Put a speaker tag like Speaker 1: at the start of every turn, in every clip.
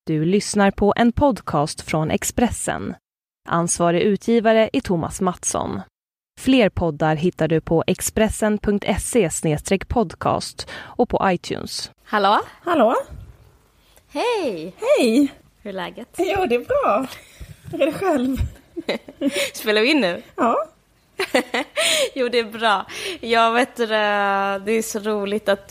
Speaker 1: Du lyssnar på en podcast från Expressen. Ansvarig utgivare är Thomas Mattsson. Fler poddar hittar du på expressen.se/podcast och på iTunes.
Speaker 2: Hallå?
Speaker 3: Hallå?
Speaker 2: Hej!
Speaker 3: Hej!
Speaker 2: Hur är läget?
Speaker 3: Jo, det är bra. Hur är det själv?
Speaker 2: Spelar vi in nu?
Speaker 3: Ja.
Speaker 2: Jo, det är bra. Jag vet det är så roligt att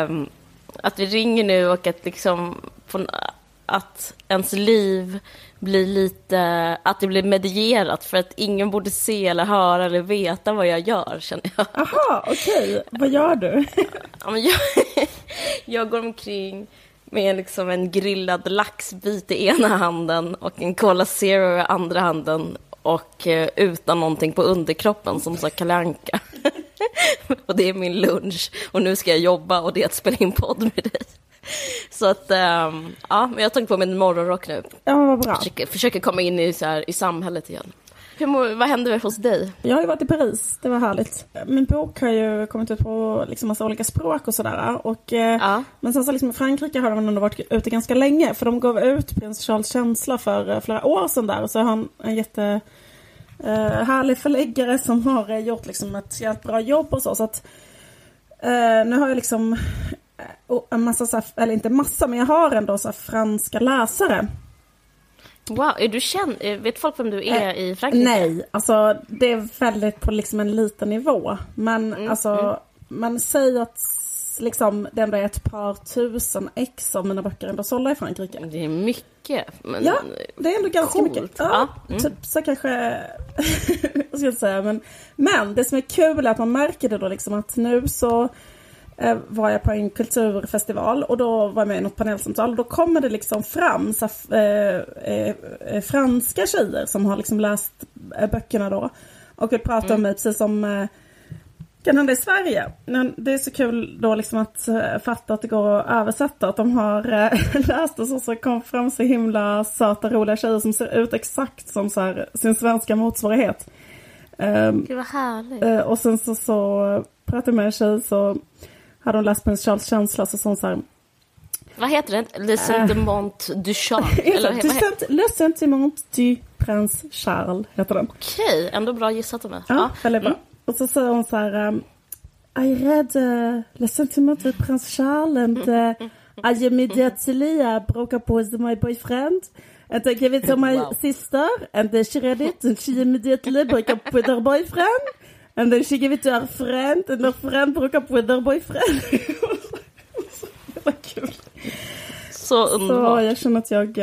Speaker 2: vi ringer nu och att liksom att ens liv blir lite, att det blir medierat för att ingen borde se eller höra eller veta vad jag gör, känner jag.
Speaker 3: Aha, okej. Vad gör du?
Speaker 2: Ja, men jag går omkring med liksom en grillad laxbit i ena handen och en Cola Zero i andra handen och utan någonting på underkroppen som så Kalle Anka. Och det är min lunch och nu ska jag jobba och det är att spela in podd med dig. Så att, ja, men jag har tagit på mig en morgonrock nu.
Speaker 3: Ja, vad bra.
Speaker 2: Försöker komma in i samhället igen. Vad händer hos dig?
Speaker 3: Jag har ju varit i Paris, det var härligt. Min bok har ju kommit ut på liksom massa olika språk och sådär. Och, men sen så liksom i Frankrike har de ändå varit ute ganska länge. För de gav ut Prins Charles känsla för flera år sedan där. Och så har han en jätte härlig förläggare som har gjort liksom ett jättebra jobb och så. Så att nu har jag liksom en massa, eller inte massa, men jag har ändå så franska läsare.
Speaker 2: Wow, är du känd? Vet folk vem du är i Frankrike?
Speaker 3: Nej, alltså det är väldigt på liksom en liten nivå. Men man säger att liksom, det ändå är ett par tusen ex av mina böcker ändå sålda i Frankrike.
Speaker 2: Det är mycket. Men
Speaker 3: ja, det är ändå ganska
Speaker 2: coolt.
Speaker 3: Mycket. Ja, typ så kanske jag ska säga. Men det som är kul är att man märker det då liksom att nu så var jag på en kulturfestival och då var jag med i något panelsamtal och då kommer det liksom fram så, franska tjejer som har liksom läst böckerna då och vill prata om mig precis som kan hända i Sverige. Men det är så kul då liksom att fatta att det går att översätta, att de har läst och så kom fram så himla söta roliga tjejer som ser ut exakt som så här, sin svenska motsvarighet.
Speaker 2: Det var härligt.
Speaker 3: Och sen så pratade jag med en tjej så hade hon läst Prins Charles känsla så här.
Speaker 2: Vad heter det? Le Sentiment du Charles?
Speaker 3: Le Sentiment du Prins Charles heter den.
Speaker 2: Okej, ändå bra gissat av mig.
Speaker 3: Ja, väldigt bra. Och så säger hon så här I read Le Sentiment du Prins Charles and I immediately broke up with my boyfriend and I gave it to my sister and she read it and she immediately broke up with her boyfriend. And then she gave it to her friend and her friend broke up with her boyfriend. Det var kul.
Speaker 2: Så underbart.
Speaker 3: Så jag känner att jag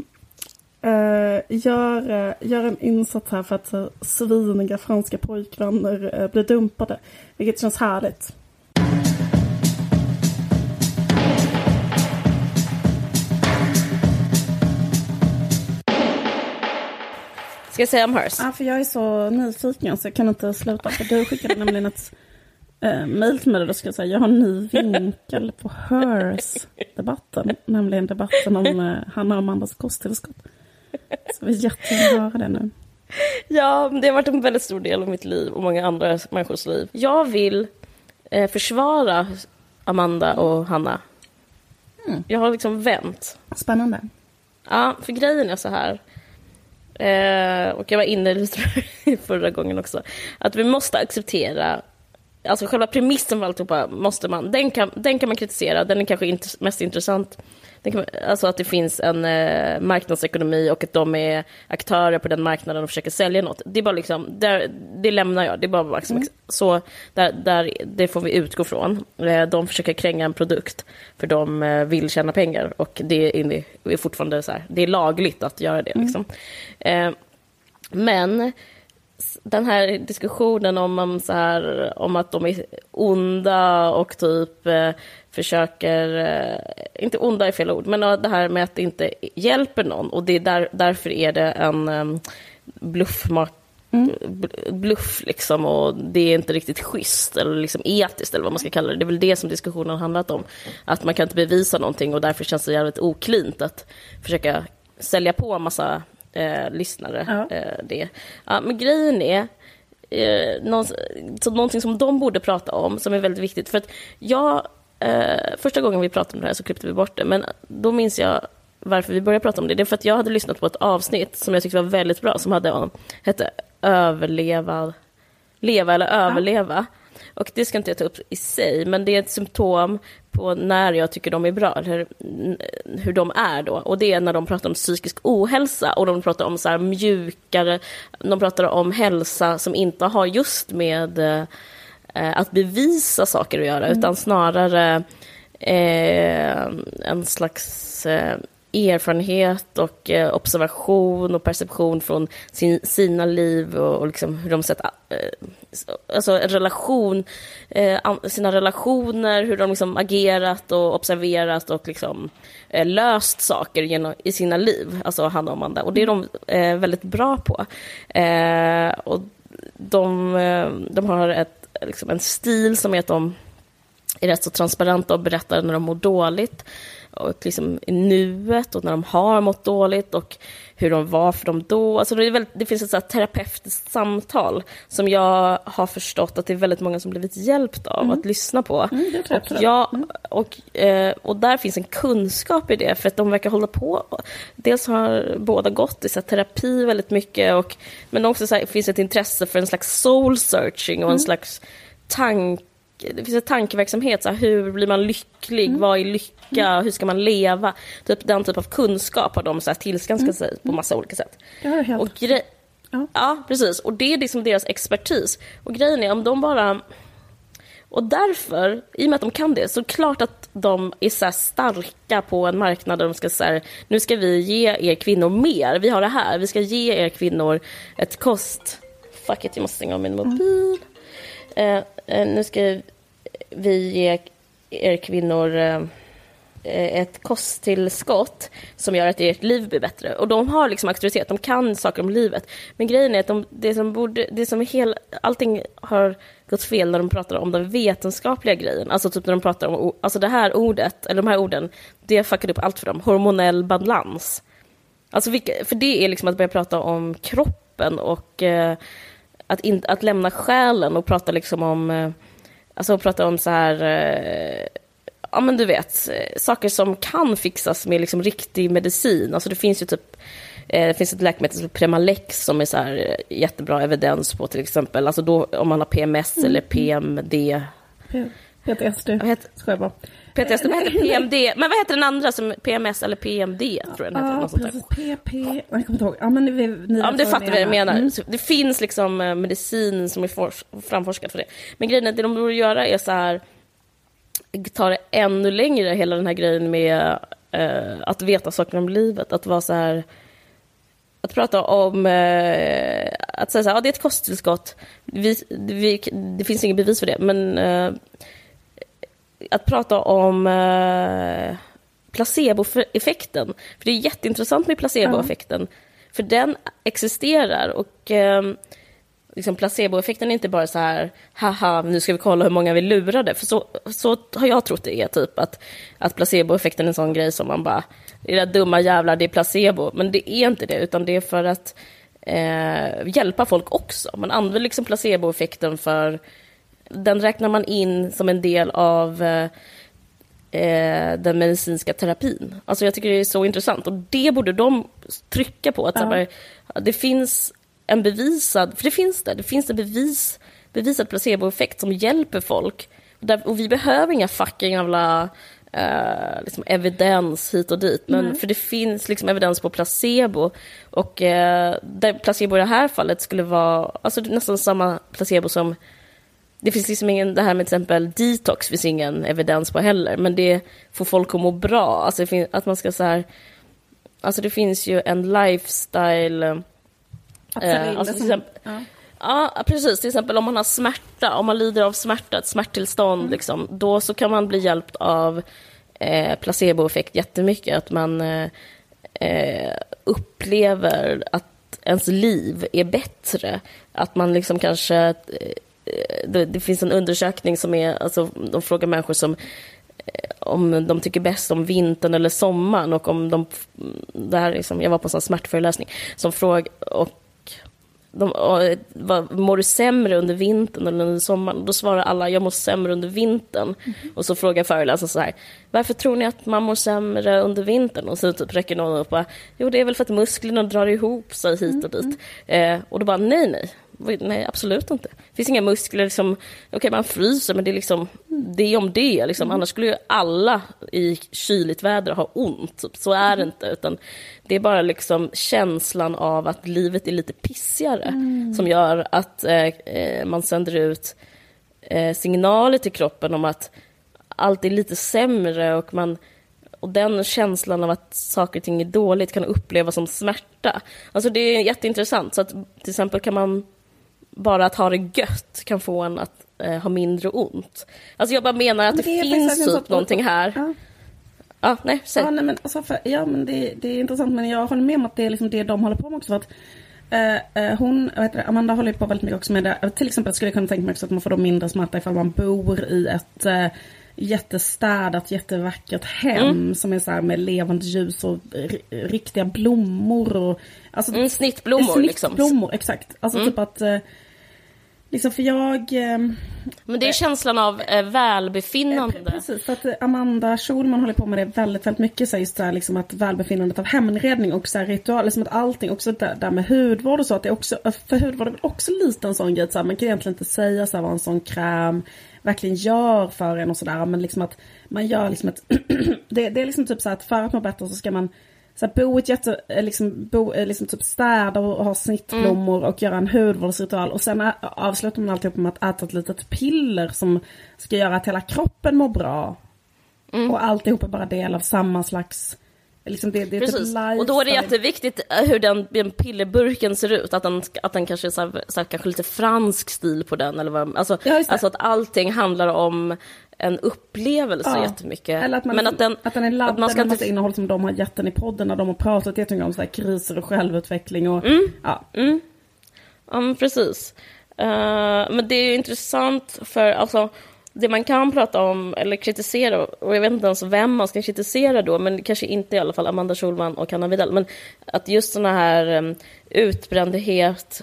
Speaker 3: gör en insats här för att sviniga franska pojkvänner blir dumpade. Vilket känns härligt.
Speaker 2: Ska jag säga om Hers?
Speaker 3: Ja, för jag är så nyfiken så jag kan inte sluta. För du skickade nämligen ett mejl till mig och då ska jag säga jag har en ny vinkel på Hers-debatten. Nämligen debatten om Hanna och Amandas kosttillskott. Så vi jättegärna höra det nu.
Speaker 2: Ja, det har varit en väldigt stor del av mitt liv och många andra människors liv. Jag vill försvara Amanda och Hanna. Jag har liksom vänt.
Speaker 3: Spännande.
Speaker 2: Ja, för grejen är så här. Och jag var inne lite förra gången också. Att vi måste acceptera. Alltså själva premissen för alltihopa måste man. Den kan man kritisera. Den är kanske inte mest intressant. Alltså att det finns en marknadsekonomi och att de är aktörer på den marknaden och försöker sälja något. Det är bara liksom, det lämnar jag. Det är bara liksom, så där det får vi utgå från. De försöker kränga en produkt för de vill tjäna pengar och det är fortfarande så här, det är lagligt att göra det liksom. Men den här diskussionen om så här, om att de är onda och typ försöker, inte onda är fel ord, men det här med att det inte hjälper någon och det är därför är det en bluff liksom, och det är inte riktigt schysst eller liksom etiskt eller vad man ska kalla det. Det är väl det som diskussionen har handlat om, att man kan inte bevisa någonting och därför känns det jävligt oklint att försöka sälja på en massa lyssnare det. Ja, men grejen är någonting som de borde prata om som är väldigt viktigt, för att första gången vi pratade om det här så klippte vi bort det, men då minns jag varför vi började prata om det. Det är för att jag hade lyssnat på ett avsnitt som jag tyckte var väldigt bra, som hette Leva eller överleva. Och det ska inte jag ta upp i sig, men det är ett symptom på när jag tycker de är bra, eller hur de är då. Och det är när de pratar om psykisk ohälsa, och de pratar om så här mjukare, de pratar om hälsa som inte har just med att bevisa saker att göra, utan snarare en slags erfarenhet och observation och perception från sina liv och liksom hur de sett alltså relation, sina relationer, hur de liksom agerat och observerat och liksom löst saker i sina liv, alltså Hanna och Amanda, och det är de väldigt bra på, och de har liksom en stil som är att de är rätt så transparenta och berättar när de mår dåligt och liksom i nuet, och när de har mått dåligt och hur de var för dem då. Alltså det finns ett så här terapeutiskt samtal som jag har förstått att det är väldigt många som blivit hjälpt av att lyssna på. Och där finns en kunskap i det, för att de verkar hålla på. Dels har båda gått i så här terapi väldigt mycket, men också så här, finns ett intresse för en slags soul searching och en slags det finns en tankeverksamhet, så här, hur blir man lycklig, vad är lycka, hur ska man leva, typ den typ av kunskap har de så här tillskanskat sig på massa olika sätt. Ja, precis, och det är liksom deras expertis, och grejen är om de bara, och därför, i och med att de kan det, så klart att de är så här starka på en marknad där de ska så här, nu ska vi ge er kvinnor mer, vi har det här, vi ska ge er kvinnor ett fuck it, jag måste stänga av min mobil. Nu ska vi ge er kvinnor ett kosttillskott som gör att ert liv blir bättre. Och de har liksom auktoritet, de kan saker om livet. Men grejen är att allting har gått fel när de pratar om den vetenskapliga grejen. Alltså typ när de pratar om, alltså det här ordet, eller de här orden, det fuckade upp allt för dem. Hormonell balans. Alltså för det är liksom att börja prata om kroppen och att lämna själen och prata liksom om, alltså prata om så här, ja men du vet, saker som kan fixas med liksom riktig medicin. Alltså det finns ju typ, det finns ett läkemedel som Premalex som är så här jättebra evidens på, till exempel, alltså då om man har PMS eller PMD.
Speaker 3: PTSD.
Speaker 2: PTSD, vad heter PMD? Men vad heter den andra som PMS eller PMD, tror jag den heter, något sånt där.
Speaker 3: PP, jag kommer inte ihåg. Ja, men
Speaker 2: det fattar vad jag menar. Så det finns liksom medicin som är framforskat för det. Men grejen är att det de borde göra är så här, ta det ännu längre, hela den här grejen med att veta saker om livet, att vara så här, att prata om att säga så här, ja, det är ett kosttillskott, det finns inget bevis för det, men att prata om placeboeffekten, för det är jätteintressant med placeboeffekten, för den existerar, och liksom placeboeffekten är inte bara så här, haha, nu ska vi kolla hur många vi lurade, för så har jag trott det är, typ att placeboeffekten är en sån grej som man bara, det är dumma jävlar, det är placebo, men det är inte det, utan det är för att hjälpa folk också. Man använder liksom placeboeffekten för, den räknar man in som en del av den medicinska terapin. Alltså jag tycker det är så intressant, och det borde de trycka på, att det finns en bevisad, för det finns en bevisad placeboeffekt som hjälper folk, och vi behöver inga fucking jävla liksom evidens hit och dit, men för det finns liksom evidens på placebo, och där placebo i det här fallet skulle vara, alltså nästan samma placebo som, det finns liksom ingen, det här med till exempel detox finns ingen evidens på heller, men det får folk att må bra, alltså att man ska så här, alltså det finns ju en lifestyle, alltså till exempel, ja, precis, till exempel om man har smärta, om man lider av smärta, ett smärttillstånd liksom, då så kan man bli hjälpt av placeboeffekt jättemycket, att man upplever att ens liv är bättre, att man liksom kanske, det finns en undersökning som är, alltså de frågar människor som om de tycker bäst om vintern eller sommaren, och om det här liksom, jag var på en sån smärtföreläsning som fråga, och mår du sämre under vintern eller under sommaren? Då svarar alla, jag mår sämre under vintern. Och så frågar föreläsaren så här, varför tror ni att man mår sämre under vintern? Och så typ räcker någon upp och jo, det är väl för att musklerna drar ihop sig hit och dit. Och då bara, nej, absolut inte. Det finns inga muskler, liksom, okej, man fryser, men det är liksom det om det. Liksom. Annars skulle ju alla i kyligt väder ha ont. Typ. Så är det inte, utan det är bara liksom känslan av att livet är lite pissigare som gör att man sänder ut signaler till kroppen om att allt är lite sämre, och den känslan av att saker och ting är dåligt kan upplevas som smärta. Alltså det är jätteintressant. Så att till exempel kan man bara att ha det gött kan få en att ha mindre ont. Alltså jag bara menar att det finns typ någonting här. Nej, säg.
Speaker 3: Men det är intressant, men jag håller med om att det är liksom det de håller på med också, för att Amanda håller på väldigt mycket också med det. Till exempel skulle jag kunna tänka mig också att man får då mindre smärta ifall man bor i ett jättestädat, jättevackert hem som är så här med levande ljus och riktiga blommor och alltså
Speaker 2: snittblommor
Speaker 3: liksom. Exakt. Alltså typ att liksom, för jag
Speaker 2: men det är känslan av välbefinnande.
Speaker 3: Precis, för att Amanda Schulman håller på med det väldigt, väldigt mycket, så just där liksom att välbefinnandet av hemredning och så här ritual, liksom att allting också där med hudvård och så, att det också, för hudvård är väl också lite en sån grej, så här, man kan egentligen inte säga så här vad en sån kräm verkligen gör för en och sådär, men liksom att man gör liksom ett det är liksom typ så här att för att må bättre så ska man så här, bo typ städa och ha snittblommor och göra en hudvårdsritual, och sen avslutar man alltid med att äta ett litet piller som ska göra att hela kroppen mår bra. Och alltihop är bara del av samma slags liksom det är
Speaker 2: precis.
Speaker 3: Typ
Speaker 2: och då är det jätteviktigt hur den pillerburken ser ut, att den kanske är så här, kanske lite fransk stil på den, eller vad, alltså att allting handlar om en upplevelse jättemycket.
Speaker 3: Eller att man, men att den är laddad med en massa innehåll som de har gett den i podden när de har pratat jättemycket om så här kriser och självutveckling och
Speaker 2: precis. Men det är ju intressant, för alltså det man kan prata om eller kritisera, och jag vet inte ens vem man ska kritisera då, men kanske inte i alla fall Amanda Schulman och Hanna Widell, men att just såna här utbrändhet,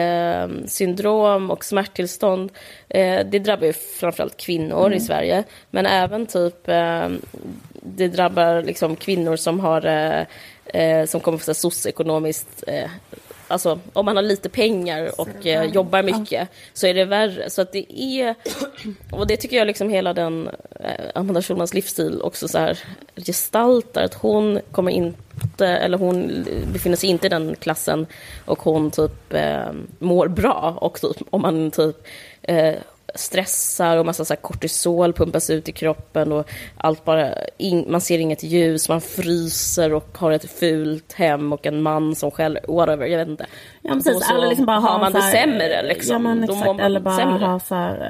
Speaker 2: syndrom och smärttillstånd, det drabbar ju framförallt kvinnor i Sverige, men även typ det drabbar liksom kvinnor som har som kommer från socioekonomiskt alltså om man har lite pengar och jobbar mycket så är det värre. Så att det är, och det tycker jag liksom hela den Amanda Schulmans livsstil också så här gestaltar, att hon kommer inte, eller hon befinner sig inte i den klassen, och hon typ mår bra, och typ, om man typ stressar och massa så här kortisol pumpas ut i kroppen och allt bara man ser inget ljus, man fryser och har ett fult hem och en man som själv whatever, jag vet inte.
Speaker 3: Ja, precis, eller liksom bara
Speaker 2: har man det
Speaker 3: här,
Speaker 2: sämre liksom.
Speaker 3: Ja, men
Speaker 2: exakt,
Speaker 3: exakt, eller bara
Speaker 2: sämre.
Speaker 3: ha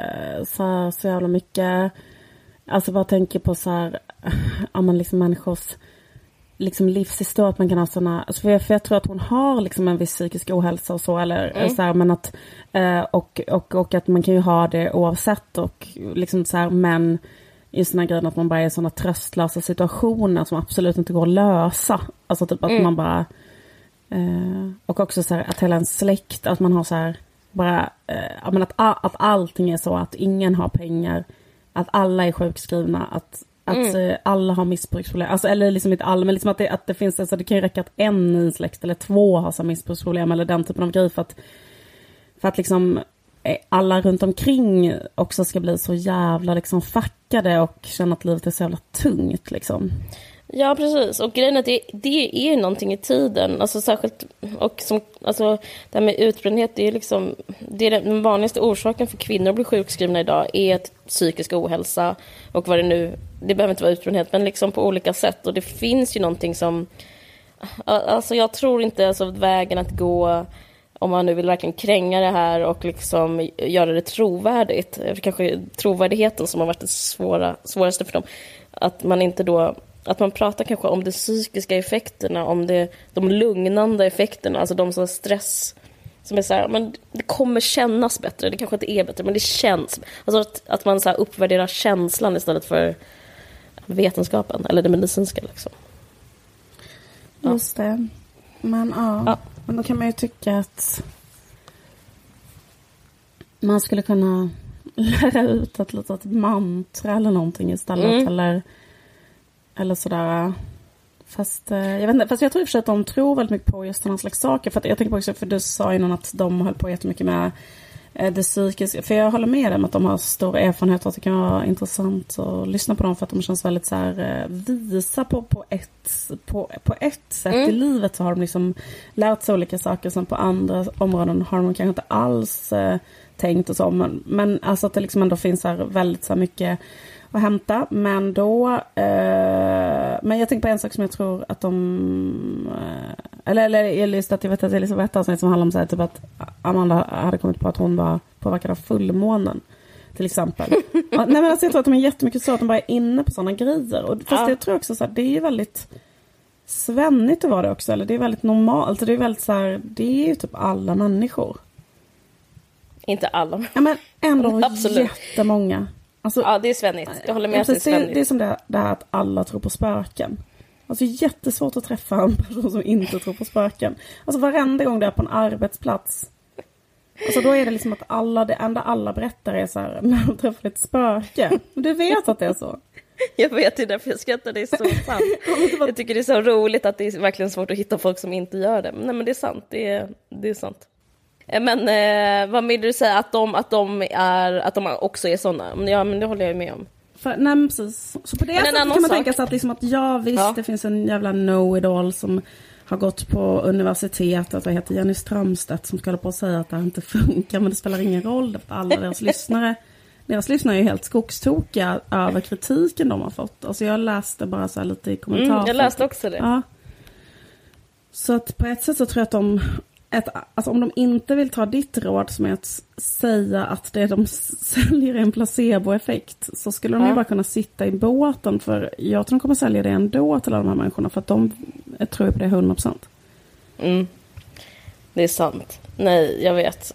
Speaker 3: så jävla mycket, alltså bara tänker på så här, ja men liksom människors liksom livshistoria, att man kan ha såna, alltså för jag tror att hon har liksom en viss psykisk ohälsa och så, eller så här, men att och att man kan ju ha det oavsett, och liksom så här, men just den här grejen att man bara är i såna tröstlösa situationer som absolut inte går att lösa, alltså typ att man bara och också så här, att hela en släkt, att man har så här bara men att allting är så, att ingen har pengar, att alla är sjukskrivna, att alla har missbruksproblem, alltså, eller liksom inte alla, men liksom att det finns, alltså det kan ju räcka att en i släkt eller två har så missbruksproblem eller den typen av grej, för att liksom alla runt omkring också ska bli så jävla liksom fackade och känna att livet är så jävla tungt liksom.
Speaker 2: Ja, precis. Och grejen är att det är någonting i tiden. Alltså särskilt, och som, alltså, det här med utbrändhet, det är liksom, det är den vanligaste orsaken för kvinnor att bli sjukskrivna idag är psykisk ohälsa, och vad det nu, det behöver inte vara utbrändhet, men liksom på olika sätt. Och det finns ju någonting som, alltså jag tror inte alltså vägen att gå, om man nu vill verkligen kränga det här och liksom göra det trovärdigt, kanske trovärdigheten som har varit det svåraste för dem, att man inte då, att man pratar kanske om de psykiska effekterna, om de lugnande effekterna, alltså de som stress, som är så här, men det kommer kännas bättre, det kanske inte är bättre, men det känns, alltså att man så här uppvärderar känslan istället för vetenskapen eller det medicinska liksom.
Speaker 3: Just det. Men men då kan man ju tycka att man skulle kunna lära ut ett litet mantra eller någonting istället. Eller sådär. Fast jag vet inte, fast jag tror i och för sig att de tror väldigt mycket på just sådana slags saker. För att jag tänker på också, för du sa innan att de höll på jättemycket med det psykiska. För jag håller med dem att de har stor erfarenhet och att det kan vara intressant att lyssna på dem för att de känns väldigt så här visa på ett sätt i livet, så har de liksom lärt sig olika saker som på andra områden har de kanske inte alls tänkt och så. Men alltså att det liksom ändå finns här väldigt så här mycket att hämta. Men då men jag tänker på en sak som jag tror att de eller just att jag vet att det är liksom ett avsnitt som handlar om så här, typ att Amanda hade kommit på att hon var påverkad av fullmånen till exempel. Nej, men alltså, jag tror att de är jättemycket så att de bara är inne på sådana grejer. Och fast jag tror också så här, det är ju väldigt svennigt att vara det också, eller det är väldigt normalt, alltså, det är väldigt så här, det är ju typ alla människor.
Speaker 2: Inte alla.
Speaker 3: Ja, men ändå jättemånga. Alltså,
Speaker 2: ja, det är svennigt. Jag håller med att det är svennigt.
Speaker 3: Det är som det här att alla tror på spöken. Alltså jättesvårt att träffa en person som inte tror på spöken. Alltså varenda gång det är på en arbetsplats. Alltså då är det liksom att det enda alla berättar är så här, när de träffar ett spöke. Du vet att det är så.
Speaker 2: Jag vet, det är därför jag skrattar, det är så sant. Jag tycker det är så roligt att det är verkligen svårt att hitta folk som inte gör det. Nej, men det är sant, det är sant. Men vad vill du säga att de också är sådana? Ja, men det håller jag med om.
Speaker 3: Nej, men precis. Så på det sättet kan man tänka sig att, liksom att det finns en jävla know-it-all som har gått på universitetet, vad heter Jenny Strömstedt, som skulle på att säga att det inte funkar, men det spelar ingen roll för alla deras lyssnare. Deras lyssnare är ju helt skogstokiga över kritiken de har fått. Alltså jag läste bara så här lite i kommentarer.
Speaker 2: Jag läste också det.
Speaker 3: Ja. Så att på ett sätt så tror jag att alltså om de inte vill ta ditt råd som är att säga att det de säljer är en placeboeffekt, så skulle de ju bara kunna sitta i båten, för jag tror de kommer sälja det ändå till alla de här människorna, för att de tror på det 100%.
Speaker 2: Det är sant. Nej, jag vet.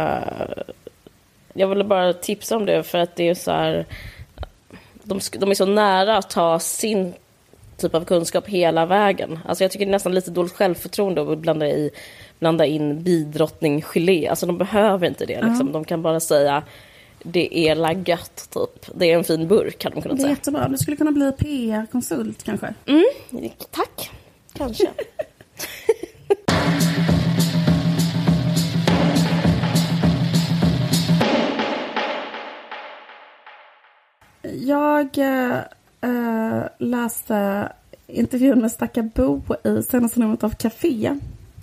Speaker 2: Jag ville bara tipsa om det för att det är så här, de är så nära att ta sin typ av kunskap hela vägen. Alltså jag tycker det är nästan lite dåligt självförtroende att blanda in bidrottning-gelé. Alltså de behöver inte det liksom. De kan bara säga det är laggat typ. Det är en fin burk, kan de kunna säga.
Speaker 3: Det är jättebra. Du skulle kunna bli PR-konsult kanske.
Speaker 2: Tack. Kanske.
Speaker 3: Jag läste intervjun med Stakka Bo i senaste numret av Café.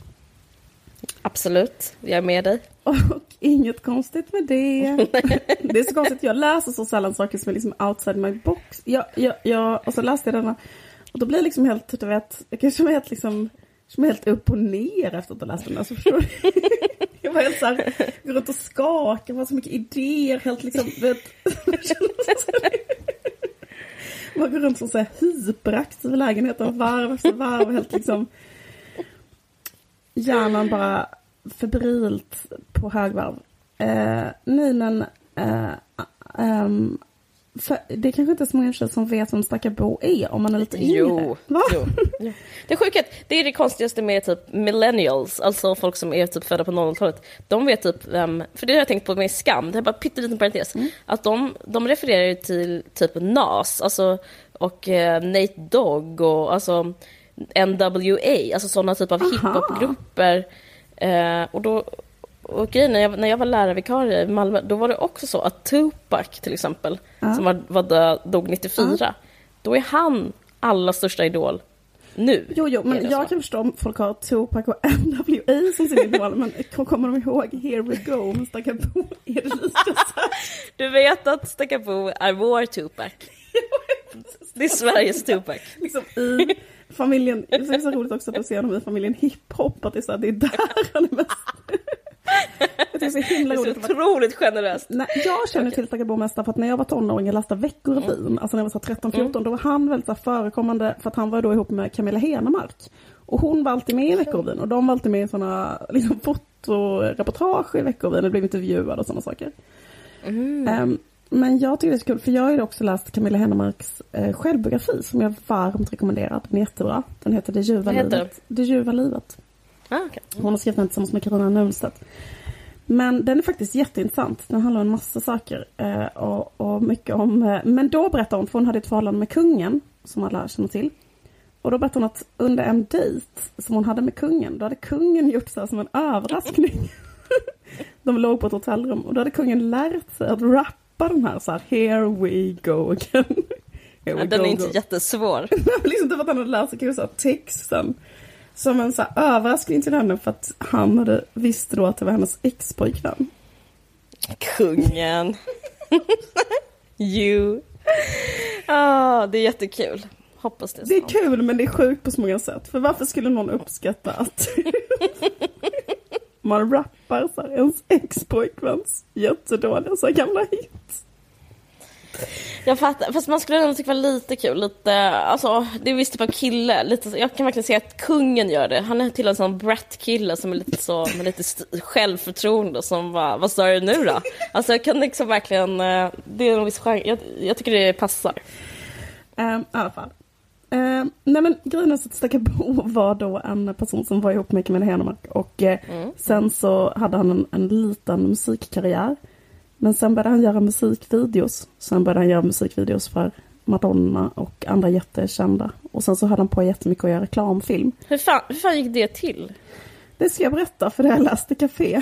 Speaker 3: Och
Speaker 2: jag är med dig.
Speaker 3: Och inget konstigt med det. Det är så konstigt, jag läser så sällan saker som är liksom outside my box. Och så läste jag denna. Och då blir jag liksom helt, du vet, jag kanske är helt liksom, som är helt upp och ner efter att ha läst den. Alltså, förstår du? Jag var helt så här, går runt och skakar, var så mycket idéer, helt liksom, vet. Man går runt som så här hyperaktiv i lägenheten, varv efter varv, helt liksom hjärnan bara febrilt på högvarv. Nej, men för det är kanske inte så många som vet vem Stakka Bo är om man är lite yngre.
Speaker 2: Jo. Det är sjukt. Det är det konstigaste med typ millennials, alltså folk som är typ födda på 00-talet. De vet typ för det har jag tänkt på med Skam, det är bara pytteliten parentes, att de refererar ju till typ Nas, alltså, och Nate Dogg och alltså NWA, alltså sådana typ av hiphopgrupper. Och grejen, när jag var lärarvikarie i Malmö, då var det också så att Tupac till exempel, som dog 94, då är han alla största idol nu.
Speaker 3: Jo, men jag kan förstå om folk har Tupac och NWA som sin idol, men kommer de ihåg Here We Go med Stakka Bo? Är det lite så?
Speaker 2: Du vet att Stakka Bo är vår Tupac. Det är Sveriges Tupac.
Speaker 3: Liksom i familjen, det är så roligt också att se honom i familjen hiphop, att det är så här, det är där han är mest. Det är så himla roligt.
Speaker 2: Det är så otroligt generöst.
Speaker 3: Nej, jag känner till Stakka Bo mest för att när jag var tonåring jag läste Veckorevyn, alltså när jag var 13-14, då var han väldigt förekommande, för att han var då ihop med Camilla Henemark. Och hon var alltid med i Veckorevyn, och de var alltid med i sådana liksom fotoreportage i Veckorevyn och blev intervjuade och sådana saker. Men jag tycker det är så kul, för jag har ju också läst Camilla Henemarks självbiografi som jag varmt rekommenderar. Den är jättebra. Den heter Det ljuva livet.
Speaker 2: Okay.
Speaker 3: Hon har skrivit den tillsammans med Carina Nunstedt. Men den är faktiskt jätteintressant. Den handlar om en massa saker. Och mycket om... Men då berättar hon, för hon hade ett förhållande med kungen. Som alla känner till. Och då berättar hon att under en dejt som hon hade med kungen. Då hade kungen gjort så här som en överraskning. De låg på ett hotellrum. Och då hade kungen lärt sig att rappa den här så här. Here we go again.
Speaker 2: Den är inte jättesvår.
Speaker 3: Liksom typ att han hade lärt sig så här texten. Som en så här överraskning till henne. För att han visste då att det var hennes ex-pojkvän.
Speaker 2: Kungen. You. Det är jättekul. Hoppas det är
Speaker 3: så. Det är kul, men det är sjukt på så många sätt. För varför skulle någon uppskatta att man rappar så här, ens ex-pojkväns jättedåliga så här gamla hits?
Speaker 2: Jag fattar, fast man skulle nog tycka det var lite kul. Lite, alltså, det är visst typ av kille. Lite, jag kan verkligen se att kungen gör det. Han är till en sån brat-kille som är lite så, med lite självförtroende. Som bara, vad står det nu då? Alltså jag kan liksom verkligen, det är en viss genre. Jag tycker det passar.
Speaker 3: I alla fall. Nej men grejen är att Stakabo var då en person som var ihop med Camilla Henemark. Och sen så hade han en liten musikkarriär. Men sen började han göra musikvideos. Sen började han göra musikvideos för Madonna och andra jättekända. Och sen så hade han på jättemycket att göra reklamfilm.
Speaker 2: Hur fan gick det till?
Speaker 3: Det ska jag berätta, för det jag läste Café.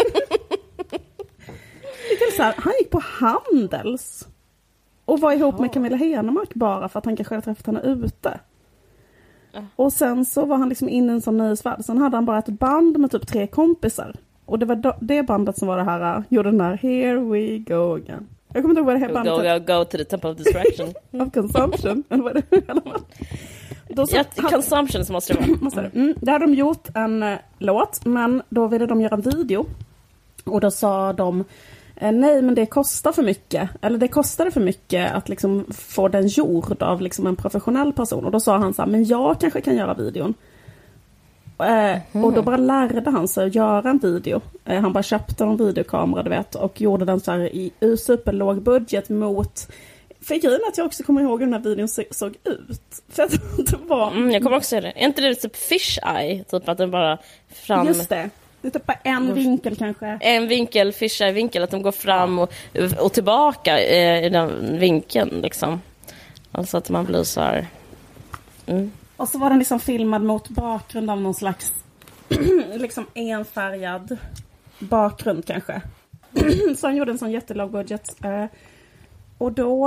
Speaker 3: Det är så här, han gick på Handels. Och var ihop med Camilla Henemark bara för att han kanske hade träffat henne ute. Och sen så var han liksom inne i en sån nöjesvärld. Sen hade han bara ett band med typ 3 kompisar. Och det var det bandet som var det här, gjorde den där Here we go again. Jag kommer inte ihåg vad det här bandet
Speaker 2: go to the temple of distraction.
Speaker 3: Of consumption. Eller vad är det?
Speaker 2: Consumption som måste det vara.
Speaker 3: Där hade de gjort en låt, men då ville de göra en video. Och då sa de, nej men det kostar för mycket. Eller det kostade för mycket att liksom få den gjord av liksom en professionell person. Och då sa han så här, men jag kanske kan göra videon. Och då bara lärde han sig att göra en video. Han bara köpte en videokamera, du vet, och gjorde den så här i superlåg budget mot... För grejen att jag också kommer ihåg hur den här videon såg ut. För att det var...
Speaker 2: jag kommer också ihåg det. Är inte det typ fish eye? Typ att den bara fram...
Speaker 3: Just det. Det är typ bara en vinkel kanske.
Speaker 2: En vinkel, fish eye vinkel. Att de går fram och tillbaka i den vinkeln liksom. Alltså att man blir så här...
Speaker 3: Och så var den liksom filmad mot bakgrund av någon slags liksom enfärgad bakgrund kanske. Så han gjorde en sån jättelåg budget. Och då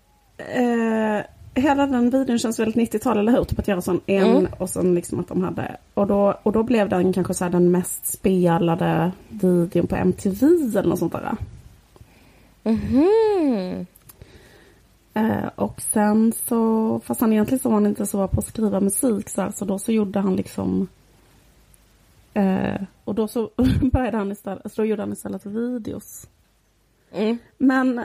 Speaker 3: hela den videon känns väldigt 90-tal, eller hur? Typ att göra sån och sen liksom att de hade... Och då blev den kanske så här den mest spelade videon på MTV eller något sånt där. Och sen så, fast han egentligen så var han inte så bra på att skriva musik så, här, så då så gjorde han liksom och då så började han istället, så då gjorde han istället videos. Men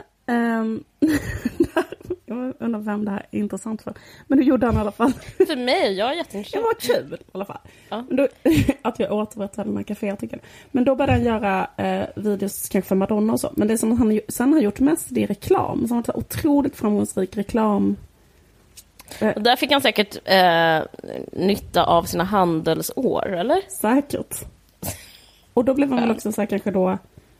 Speaker 3: jag undrar vem det här är intressant för. Men det gjorde han i alla fall.
Speaker 2: För mig, jag är jätteintresserad.
Speaker 3: Det var kul i alla fall.
Speaker 2: Ja.
Speaker 3: Men då, att jag återberättade den här kaféartikeln. Men då började han göra videos kanske för Madonna och så. Men det som han sen har gjort mest, det är reklam. Så han har otroligt framgångsrik reklam.
Speaker 2: Och där fick han säkert nytta av sina handelsår, eller?
Speaker 3: Säkert. Och då blev han väl också så här, kanske då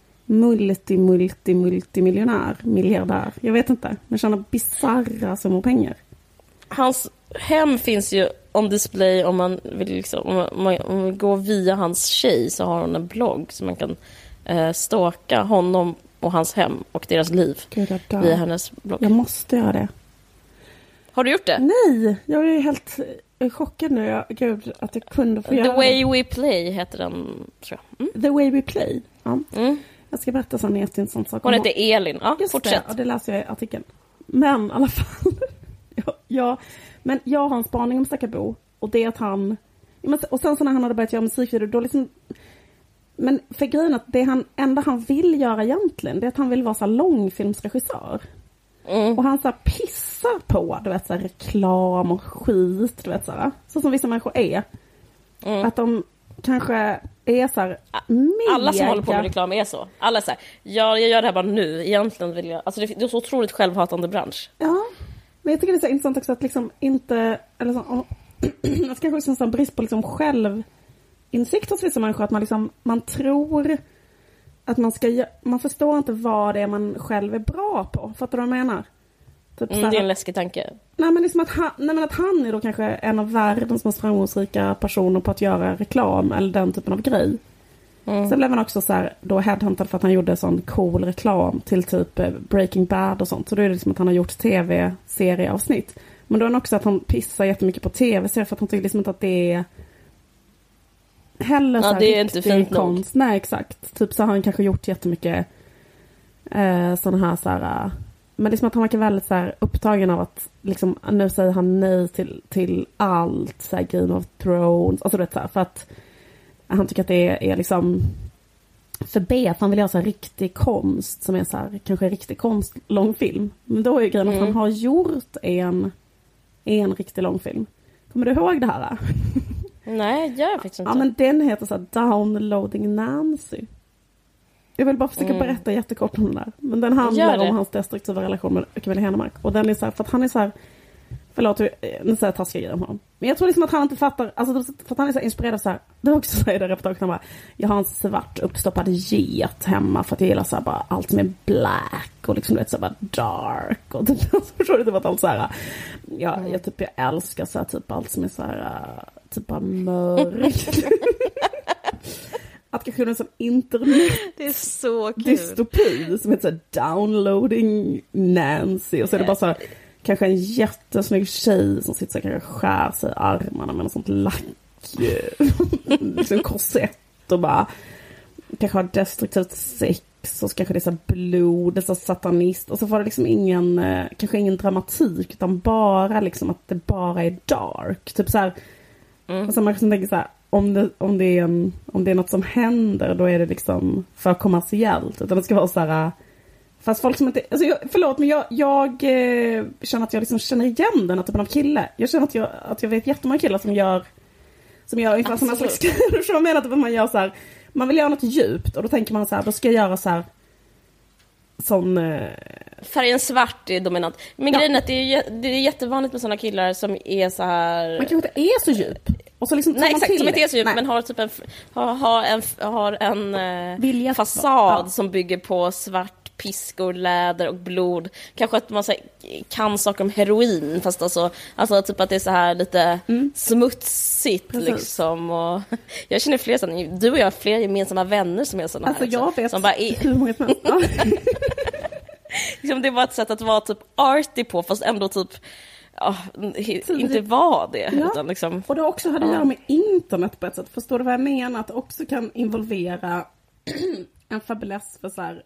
Speaker 3: multimiljonär, miljardär. Jag vet inte. Men tjänar bizarra summor pengar.
Speaker 2: Hans hem finns ju on display om man vill liksom, om man går via hans tjej, så har hon en blogg så man kan stalka honom och hans hem och deras liv via hennes blogg.
Speaker 3: Jag måste göra det.
Speaker 2: Har du gjort det?
Speaker 3: Nej, jag är helt chockad nu. Gud, att jag kunde få göra
Speaker 2: The Way We Play heter den, tror jag.
Speaker 3: The Way We Play, ja. Jag ska berätta så jätteintressant sak.
Speaker 2: Hon heter Elin, ja,
Speaker 3: just
Speaker 2: fortsätt.
Speaker 3: Det, och det läser jag i artikeln. Men i alla fall, men jag har en spaning om Stakabo. Och det är att han, och sen så när han hade börjat göra musikvideo, då liksom, men för grejen att det enda han vill göra egentligen, det är att han vill vara så här långfilmsregissör. Och han så här pissar på, du vet, så här reklam och skit, du vet, så som vissa människor är. Att de kanske är så här
Speaker 2: alla som håller på med reklam är så. Alla säger, jag gör det här bara nu. Egentligen vill jag... Alltså det är så otroligt självhatande bransch.
Speaker 3: Ja, men jag tycker det är så intressant också att liksom inte... Eller så, att kanske också en brist på liksom självinsikt hos vissa människor. Att man tror att man förstår inte vad det är man själv är bra på. Fattar du vad jag menar? Typ
Speaker 2: det är en läskig tanke.
Speaker 3: Nej, men liksom att han är då kanske en av världens mest framgångsrika personer på att göra reklam eller den typen av grej. Sen blev han också så här, då headhuntad för att han gjorde sån cool reklam till typ Breaking Bad och sånt. Så då är det liksom att han har gjort tv-serieavsnitt. Men då är det också att han pissar jättemycket på tv-serier för att han tycker liksom inte att det är heller så här
Speaker 2: det är inte fint
Speaker 3: konst. Nej, exakt. Typ så har han kanske gjort jättemycket sådana här så här, men liksom att han verkar väldigt så här upptagen av att liksom, nu säger han nej till allt så här Game of Thrones, alltså det så här, för att han tycker att det är liksom för B, för han vill göra så här riktig konst som är så här, kanske riktig konst, långfilm. Men då är ju grejen att han har gjort en riktig långfilm. Kommer du ihåg det här?
Speaker 2: Nej, jag faktiskt inte.
Speaker 3: Ja, men den heter så här Downloading Nancy. Jag vill bara försöka berätta jättekort om den där. Men den handlar om hans destruktiva relation med Camilla Henemark. Och den är så här, för att han är så här, förlåt, nu säger jag taskiga grejer om honom. Men jag tror liksom att han inte fattar, alltså för att han är så inspirerad så här, det är också så här i det reportaget, han bara, jag har en svart uppstoppad get hemma för att jag gillar så här bara allt som är black och liksom du vet så här bara dark och typ, så förstår du typ att allt så här, jag älskar så här typ allt som är så här typ bara mörkt. Att kanske en sån internet
Speaker 2: det är så kul.
Speaker 3: Dystopi som heter så här, Downloading Nancy och så är det bara så här, kanske en jättesnygg tjej som sitter så här, kanske skär sig i armarna med något sånt lack liksom korsett och bara kanske har destruktivt sex och så kanske det är så här blod, det är så satanist och så får det liksom kanske ingen dramatik utan bara liksom att det bara är dark typ så här. Alltså man kan tänka så här, om det är något som händer då är det liksom för kommersiellt utan det ska vara så här. Fast folk som inte, alltså förlåt men jag känner att jag liksom känner igen den här typen av kille. Jag känner att jag vet jättemånga killar som gör ungefär som en slags så jag menar att man gör så här, man vill göra något djupt och då tänker man så här, då ska jag göra så här sån
Speaker 2: färgen svart är dominant. Men grejen är att det är jättevanligt med såna killar som är så här,
Speaker 3: man kanske inte är så djup. Och så liksom
Speaker 2: nej exakt, som inte är så djup men har typ har en fasad som bygger på svart piskor, läder och blod. Kanske att man så här, kan saker om heroin fast alltså typ att det är så här lite smutsigt. Precis. Liksom och jag känner flera sådana, du och jag har flera gemensamma vänner som är sådana
Speaker 3: alltså, här. Jag vet
Speaker 2: som bara
Speaker 3: hur många som
Speaker 2: liksom, det var ett sätt att vara typ arty på fast ändå typ inte var det utan liksom,
Speaker 3: och det också hade att göra med internet på ett sätt. Förstår du vad jag menar? Att det också kan involvera en fäbless för så här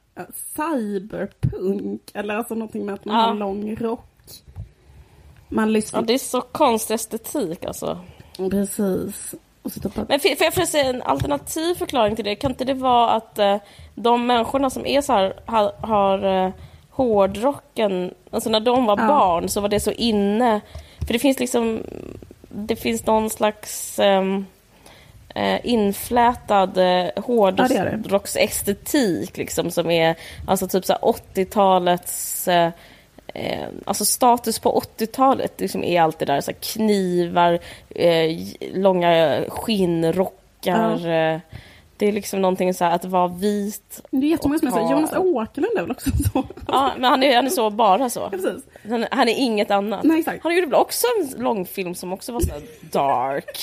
Speaker 3: cyberpunk eller alltså någonting med att man har lång rock. Man lyssnar.
Speaker 2: Ja, det är så konstig estetik alltså.
Speaker 3: Precis. Och så
Speaker 2: men får jag säga en alternativ förklaring till det? Kan inte det vara att de människorna som är så här har hårdrocken, alltså när de var barn så var det så inne, för det finns någon slags inflätad hårdrocksestetik liksom, som är alltså typ så här 80-talets alltså status på 80-talet liksom är allt det där så här knivar, långa skinnrockar, det är liksom någonting så här att vara vit.
Speaker 3: Det är jättemånga som är så. Jonas Åkerlund är väl också så.
Speaker 2: Ja, men han är så bara så.
Speaker 3: Ja, precis.
Speaker 2: Han är inget annat.
Speaker 3: Nej, exakt.
Speaker 2: Han gjorde väl också en långfilm som också var så här dark.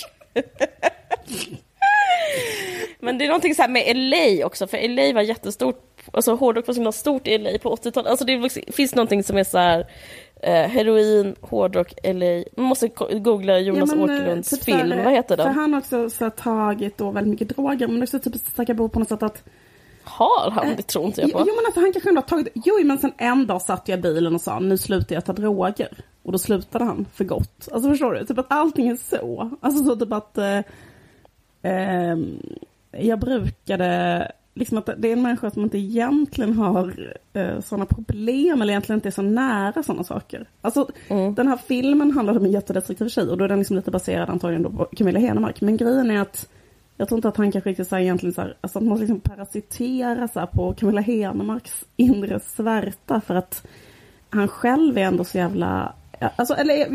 Speaker 2: Men det är någonting så här med LA också, för LA var jättestort, alltså hårdrock var så stort i LA på 80-talet. Alltså det finns någonting som är så här heroin, hårdrock, LA. Man måste googla Jonas Åkerlunds typ film, vad heter den?
Speaker 3: För han också så tagit då väldigt mycket droger, men också typ stackar bo på något sätt att
Speaker 2: har han, det tror inte jag på.
Speaker 3: Jo men alltså han kanske ändå har tagit, men sen en dag satt jag i bilen och sa, nu slutar jag ta droger. Och då slutade han för gott. Alltså förstår du? Typ att allting är så. Alltså så typ att jag brukade liksom att det är en människa som inte egentligen har sådana problem eller egentligen inte är så nära sådana saker. Alltså den här filmen handlar om en jättedestruktiv tjej och då är den liksom lite baserad antagligen då på Camilla Henemark. Men grejen är att jag tror inte att han kanske riktigt så här, egentligen så här, alltså att man liksom parasiterar så här, på Camilla Henemarks inre svärta för att han själv är ändå så jävla alltså eller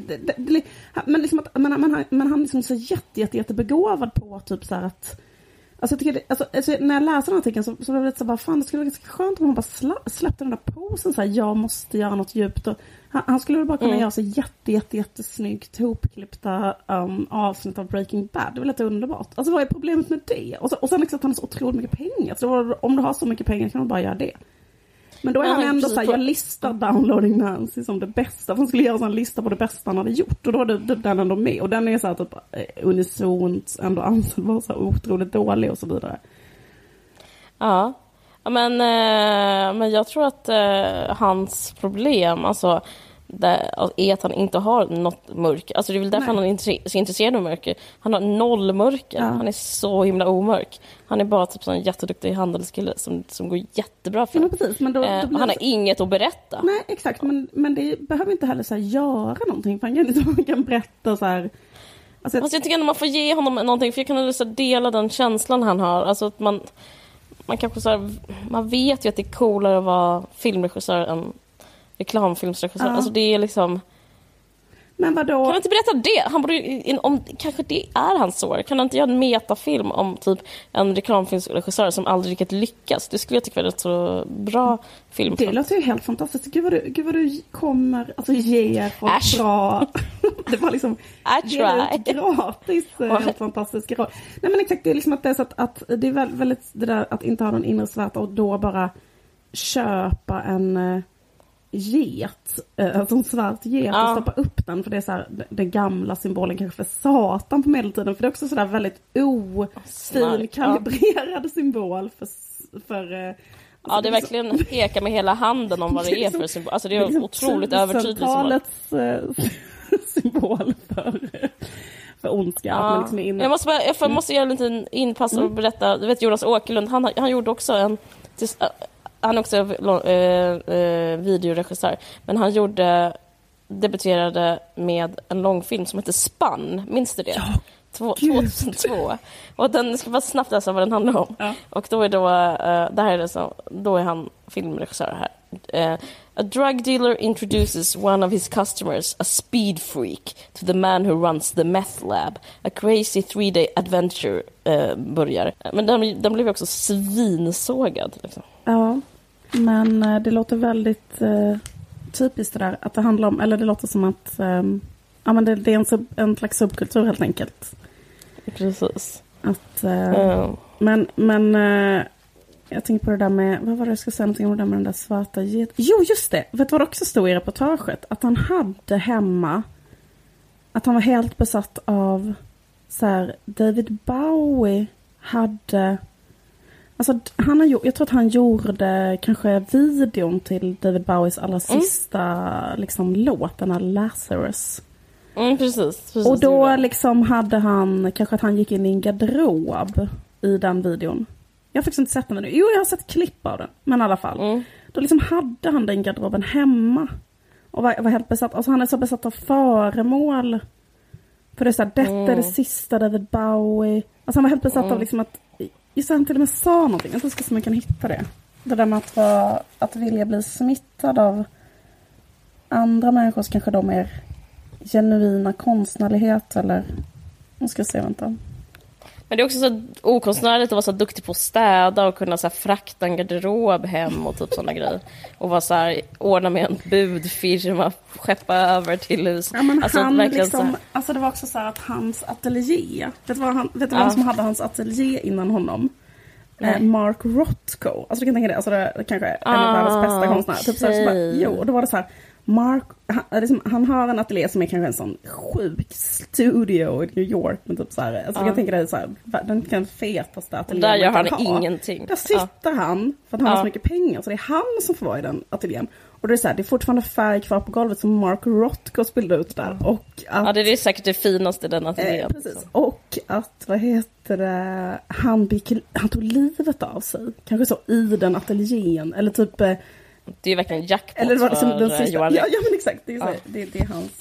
Speaker 3: men liksom att men han liksom så jättebegåvad på typ så här att Alltså, när jag läste den artikeln så var det lite så bara, fan, det skulle vara ganska skönt om han bara släppte den där posen så här, jag måste göra något djupt. Och han skulle väl bara kunna göra så jättesnyggt hopklippta avsnitt av Breaking Bad. Det var lite underbart. Alltså vad är problemet med det? Och sen liksom att han har så otroligt mycket pengar. Så om du har så mycket pengar kan man bara göra det. Men då är han ändå så här, jag listar Downloading Nancy som det bästa. För han skulle göra en lista på det bästa han hade gjort. Och då är den ändå med. Och den är så här typ unisont ändå ansedd vara så otroligt dålig och så vidare.
Speaker 2: Ja, men jag tror att hans problem alltså, är att han inte har något mörker. Alltså det är väl därför han är så intresserad av mörker. Han har 0 mörker. Ja. Han är så himla omörk. Han är bara typ en jätteduktig handelskille som går jättebra för.
Speaker 3: Ja, precis, men då
Speaker 2: han har inget att berätta.
Speaker 3: Nej, exakt. Men det behöver inte heller så här göra någonting. För han kan berätta så här. Alltså,
Speaker 2: jag tycker att man får ge honom någonting. För jag kan så dela den känslan han har. Alltså att man kanske så här, man vet ju att det är coolare att vara filmregissör än reklamfilmsregissör. Alltså det är liksom.
Speaker 3: Men vadå?
Speaker 2: Kan han inte berätta det? Han borde, om kanske det är hans sår. Kan han inte göra en metafilm om typ en reklamfilmsregissör som aldrig riktigt lyckas? Det skulle jag tycka var ett så bra film.
Speaker 3: Det låter ju helt fantastiskt. Gud vad du kommer alltså ge folk bra. Det var liksom gratis helt fantastisk roll. Nej men exakt, det är liksom att det är så att det är väldigt det där att inte ha någon inre svärta och då bara köpa en get, alltså en svart get och stoppa upp den, för det är så här, den gamla symbolen kanske för Satan på medeltiden, för det är också sådär väldigt ofin kalibrerad symbol för
Speaker 2: ja, det är verkligen peka med hela handen om vad det är för symbol. Alltså det är liksom otroligt övertydligt
Speaker 3: symbol för ondska.
Speaker 2: Ja.
Speaker 3: Liksom är
Speaker 2: jag måste göra en liten inpass och berätta. Du vet Jonas Åkerlund, han gjorde också han är också videoregissör, men han debuterade med en långfilm som heter Spann, minns du det? Ja. 2002. Och den ska bara snabbt läsa vad den handlar om. Ja. Och då är han filmregissör här. A drug dealer introduces one of his customers, a speed freak, to the man who runs the meth lab. A crazy 3-day adventure börjar. Men den blev också svinsågad. Liksom.
Speaker 3: Ja, men det låter väldigt typiskt det där. Att det handlar om, eller det låter som att men det är en slags subkultur helt enkelt.
Speaker 2: Precis.
Speaker 3: Att, men jag tänker på det där med, vad var det jag skulle säga någonting om det där med den där svarta get. Jo, just det. Vet du vad det också stod i reportaget? Att han hade hemma, att han var helt besatt av så här, David Bowie hade, alltså jag tror att han gjorde kanske videon till David Bowies allra sista liksom låt, den här Lazarus.
Speaker 2: Precis.
Speaker 3: Och då liksom hade han, kanske att han gick in i en garderob i den videon. Jag har faktiskt inte sett den nu. Jo, jag har sett klipp av den. Men i alla fall. Då liksom hade han den garderoben hemma. Och var helt besatt. Alltså han är så besatt av föremål. För det är så här, detta är det sista David Bowie. Alltså han var helt besatt av liksom att, just han till och med sa någonting. Jag tror att man kan hitta det. Det där med att vilja bli smittad av andra människor, så kanske de är genuina konstnärlighet eller, nu ska jag se, vänta.
Speaker 2: Men det är också så okonstnärligt att vara så duktig på att städa och kunna så här frakta en garderob hem och typ sådana grejer. Och vara så här, ordna med en budfirma, skeppa över till hus.
Speaker 3: Ja, men
Speaker 2: alltså,
Speaker 3: han
Speaker 2: verkligen
Speaker 3: liksom,
Speaker 2: så.
Speaker 3: alltså det var också så här att hans ateljé, vet du vem som hade hans ateljé innan honom? Mark Rothko. Alltså du kan tänka det, alltså det är kanske en av världens bästa konstnärer. Typ så här, jo, då var det så här, han har en ateljé som är kanske en sån sjuk studio i New York, men typ så här, alltså du kan tänka dig så här, den kan fetaste ateljén.
Speaker 2: Där gör han ingenting.
Speaker 3: Där sitter han för att han har så mycket pengar, så det är han som får vara i den ateljén. Och det är så här, det är fortfarande färg kvar på golvet som Mark Rothko spelade ut där. Och att,
Speaker 2: det är säkert det finaste den ateljén.
Speaker 3: Precis. Och att, vad heter det, han tog livet av sig. Kanske så i den ateljén, eller typ.
Speaker 2: Det är verkligen jackpot.
Speaker 3: Eller det var liksom den sista.
Speaker 2: Johan.
Speaker 3: Ja, men exakt. Det är, så, det är hans.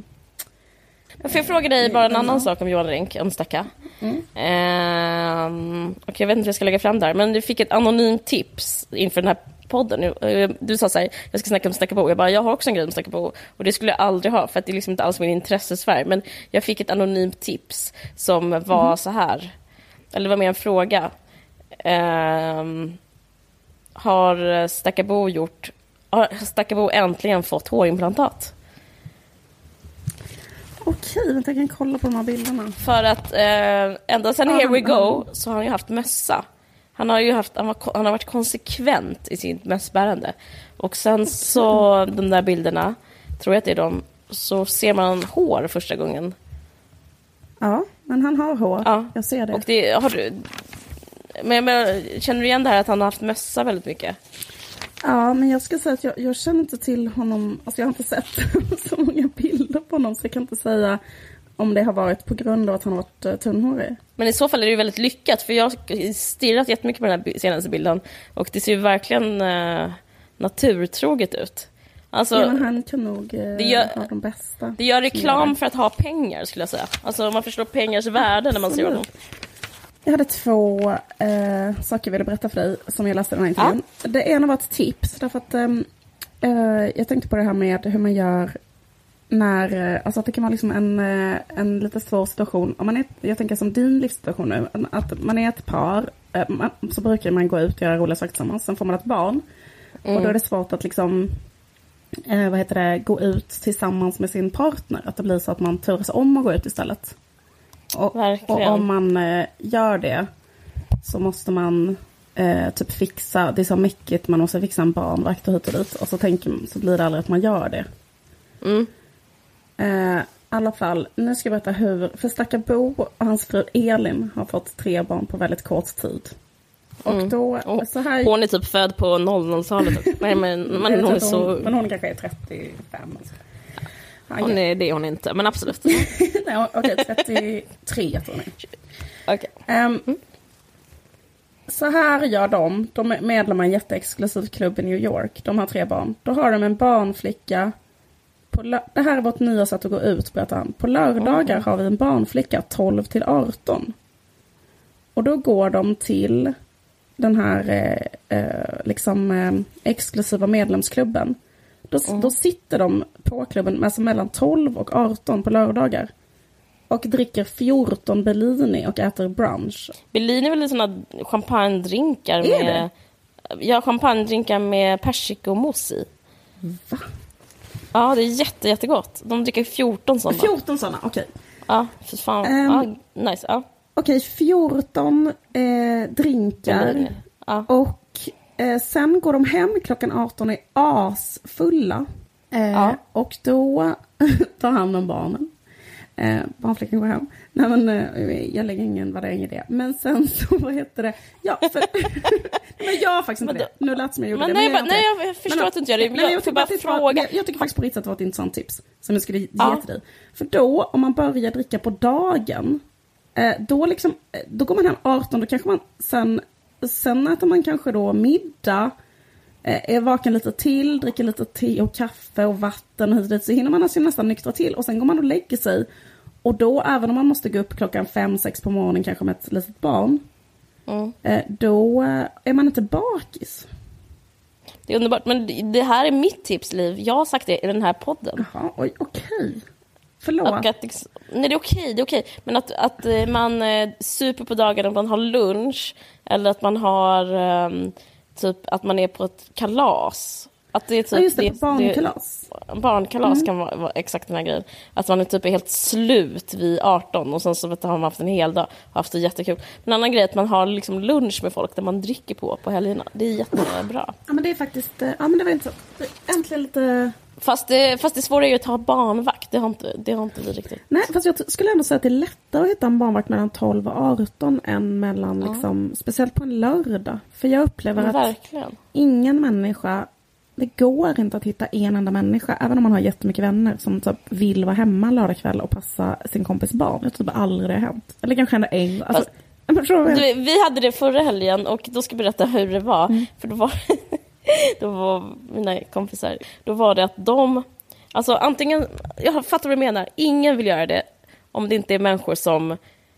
Speaker 2: Får jag fråga dig bara en annan sak om Johan Renck, om stacka? Okej, jag vet inte vad jag ska lägga fram där, men du fick ett anonymt tips inför den här podden. Du sa så här, jag ska snacka om Stackabo. Jag har också en grej om Stackabo, och det skulle jag aldrig ha, för att det är liksom inte alls min intressesfär. Men jag fick ett anonymt tips som var så här. eller det var mer en fråga. Har Stackabo äntligen fått hårimplantat?
Speaker 3: Okej, vänta, jag kan kolla på de här bilderna.
Speaker 2: För att ända sedan Here We Go så har han ju haft mössa. Han har varit konsekvent i sitt mössbärande. Och sen så de där bilderna, tror jag att det är de, så ser man hår första gången.
Speaker 3: Ja, men han har hår. Ja. Jag ser det.
Speaker 2: Och det har du. Men känner du igen det här att han har haft mössa väldigt mycket?
Speaker 3: Ja, men jag ska säga att jag känner inte till honom. Alltså jag har inte sett så många bilder på honom, så jag kan inte säga om det har varit på grund av att han har varit tunnhårig.
Speaker 2: Men i så fall är det ju väldigt lyckat, för jag har stirrat jättemycket på den här senaste bilden och det ser ju verkligen naturtroget ut. Alltså,
Speaker 3: ja, men han kan nog ha de bästa.
Speaker 2: Det gör reklam för att ha pengar, skulle jag säga. Alltså man förstår pengars värde när man ser honom.
Speaker 3: Jag hade 2 saker jag ville berätta för dig som jag läste i den här intervjun. Ja. Det ena var ett tips, därför att jag tänkte på det här med hur man gör när, alltså att det kan vara liksom en lite svår situation. Om man är, jag tänker som din livssituation nu, att man är ett par, så brukar man gå ut och göra roliga saker tillsammans. Sen får man ett barn. Och då är det svårt att liksom gå ut tillsammans med sin partner. Att det blir så att man turas om att gå ut istället. Och om man gör det så måste man typ fixa, det är så mycket, man måste fixa en barnvakt och hit och dit. Och så blir det aldrig att man gör det. I alla fall, nu ska jag berätta hur, för stackar Bo och hans fru Elin har fått 3 barn på väldigt kort tid. Och då, så här,
Speaker 2: hon är typ född på 00-talet. Nej, men hon är så...
Speaker 3: Men hon kanske är 35.
Speaker 2: Hon är det, hon är inte, men absolut.
Speaker 3: Nej, okej, 33 tror jag.
Speaker 2: Okay.
Speaker 3: Så här gör de är medlemmar i en jätteexklusiv klubb i New York. De har 3 barn. Då har de en barnflicka. Det här är vårt nya sätt att gå ut, berättar han. På lördagar har vi en barnflicka 12-18. Och då går de till den här exklusiva medlemsklubben. Då sitter de på klubben alltså mellan 12 och 18 på lördagar. Och dricker 14 Bellini och äter brunch.
Speaker 2: Bellini är väl sådana champagne-drinkar med... Ja, champagne-drinkar med persikomousse i.
Speaker 3: Va?
Speaker 2: Ja, det är jättegott. De dricker 14 sådana.
Speaker 3: 14 sådana, okej.
Speaker 2: Ja, för fan. Nice, ja.
Speaker 3: Okej, 14 drinkar.
Speaker 2: Bellini. Ja.
Speaker 3: Och sen går de hem klockan 18 och är asfulla. Och då tar hand om barnen. Barnflickan går hem. Nej, men jag lägger ingen värdering i det. Men sen så, vad heter det? Ja, för, men jag har faktiskt inte det. Nu lät som jag gjorde det.
Speaker 2: Nej, jag förstår att du inte gör det. Men jag får bara fråga.
Speaker 3: Jag tycker faktiskt på riktigt att det var ett intressant tips som jag skulle ge till dig. För då, om man börjar dricka på dagen, då går man hem 18, då kanske man sen äter man kanske då middag, är vaken lite till, dricker lite te och kaffe och vatten och hit och dit, så hinner man alltså nästan nyktra till och sen går man och lägger sig. Och då, även om man måste gå upp klockan 5-6 på morgonen kanske med ett litet barn, då är man inte bakis.
Speaker 2: Det är underbart, men det här är mitt tips, Liv. Jag har sagt det i den här podden.
Speaker 3: Jaha, okej. Förlåt.
Speaker 2: Nej, det är okej. Men att man super på dagen, att man har lunch, eller att man har typ att man är på ett kalas. Att det är typ,
Speaker 3: just det, barnkalas.
Speaker 2: Barnkalas kan vara exakt den här grejen. Att man är typ helt slut vid 18 och sen så har man haft en hel dag och haft det jättekul. Men en annan grej är att man har liksom lunch med folk där man dricker på helgerna. Det är jättebra.
Speaker 3: Ja, men det är faktiskt, ja men det var inte så. Äntligen lite...
Speaker 2: Fast det svåra är ju att ha barnvakt. Det har inte vi riktigt.
Speaker 3: Nej, fast jag skulle ändå säga att det är lättare att hitta en barnvakt mellan 12 och 18 än mellan liksom, speciellt på en lördag. För jag upplever att ingen människa, det går inte att hitta en enda människa, även om man har jättemycket vänner som typ vill vara hemma lördag kväll och passa sin kompis barn. Jag tror typ aldrig det har hänt. Eller kanske hända en. Alltså,
Speaker 2: vi hade det förra helgen och då ska jag berätta hur det var. För då var mina kompisar, då var det att de, alltså antingen, jag fattar vad du menar, ingen vill göra det om det inte är människor som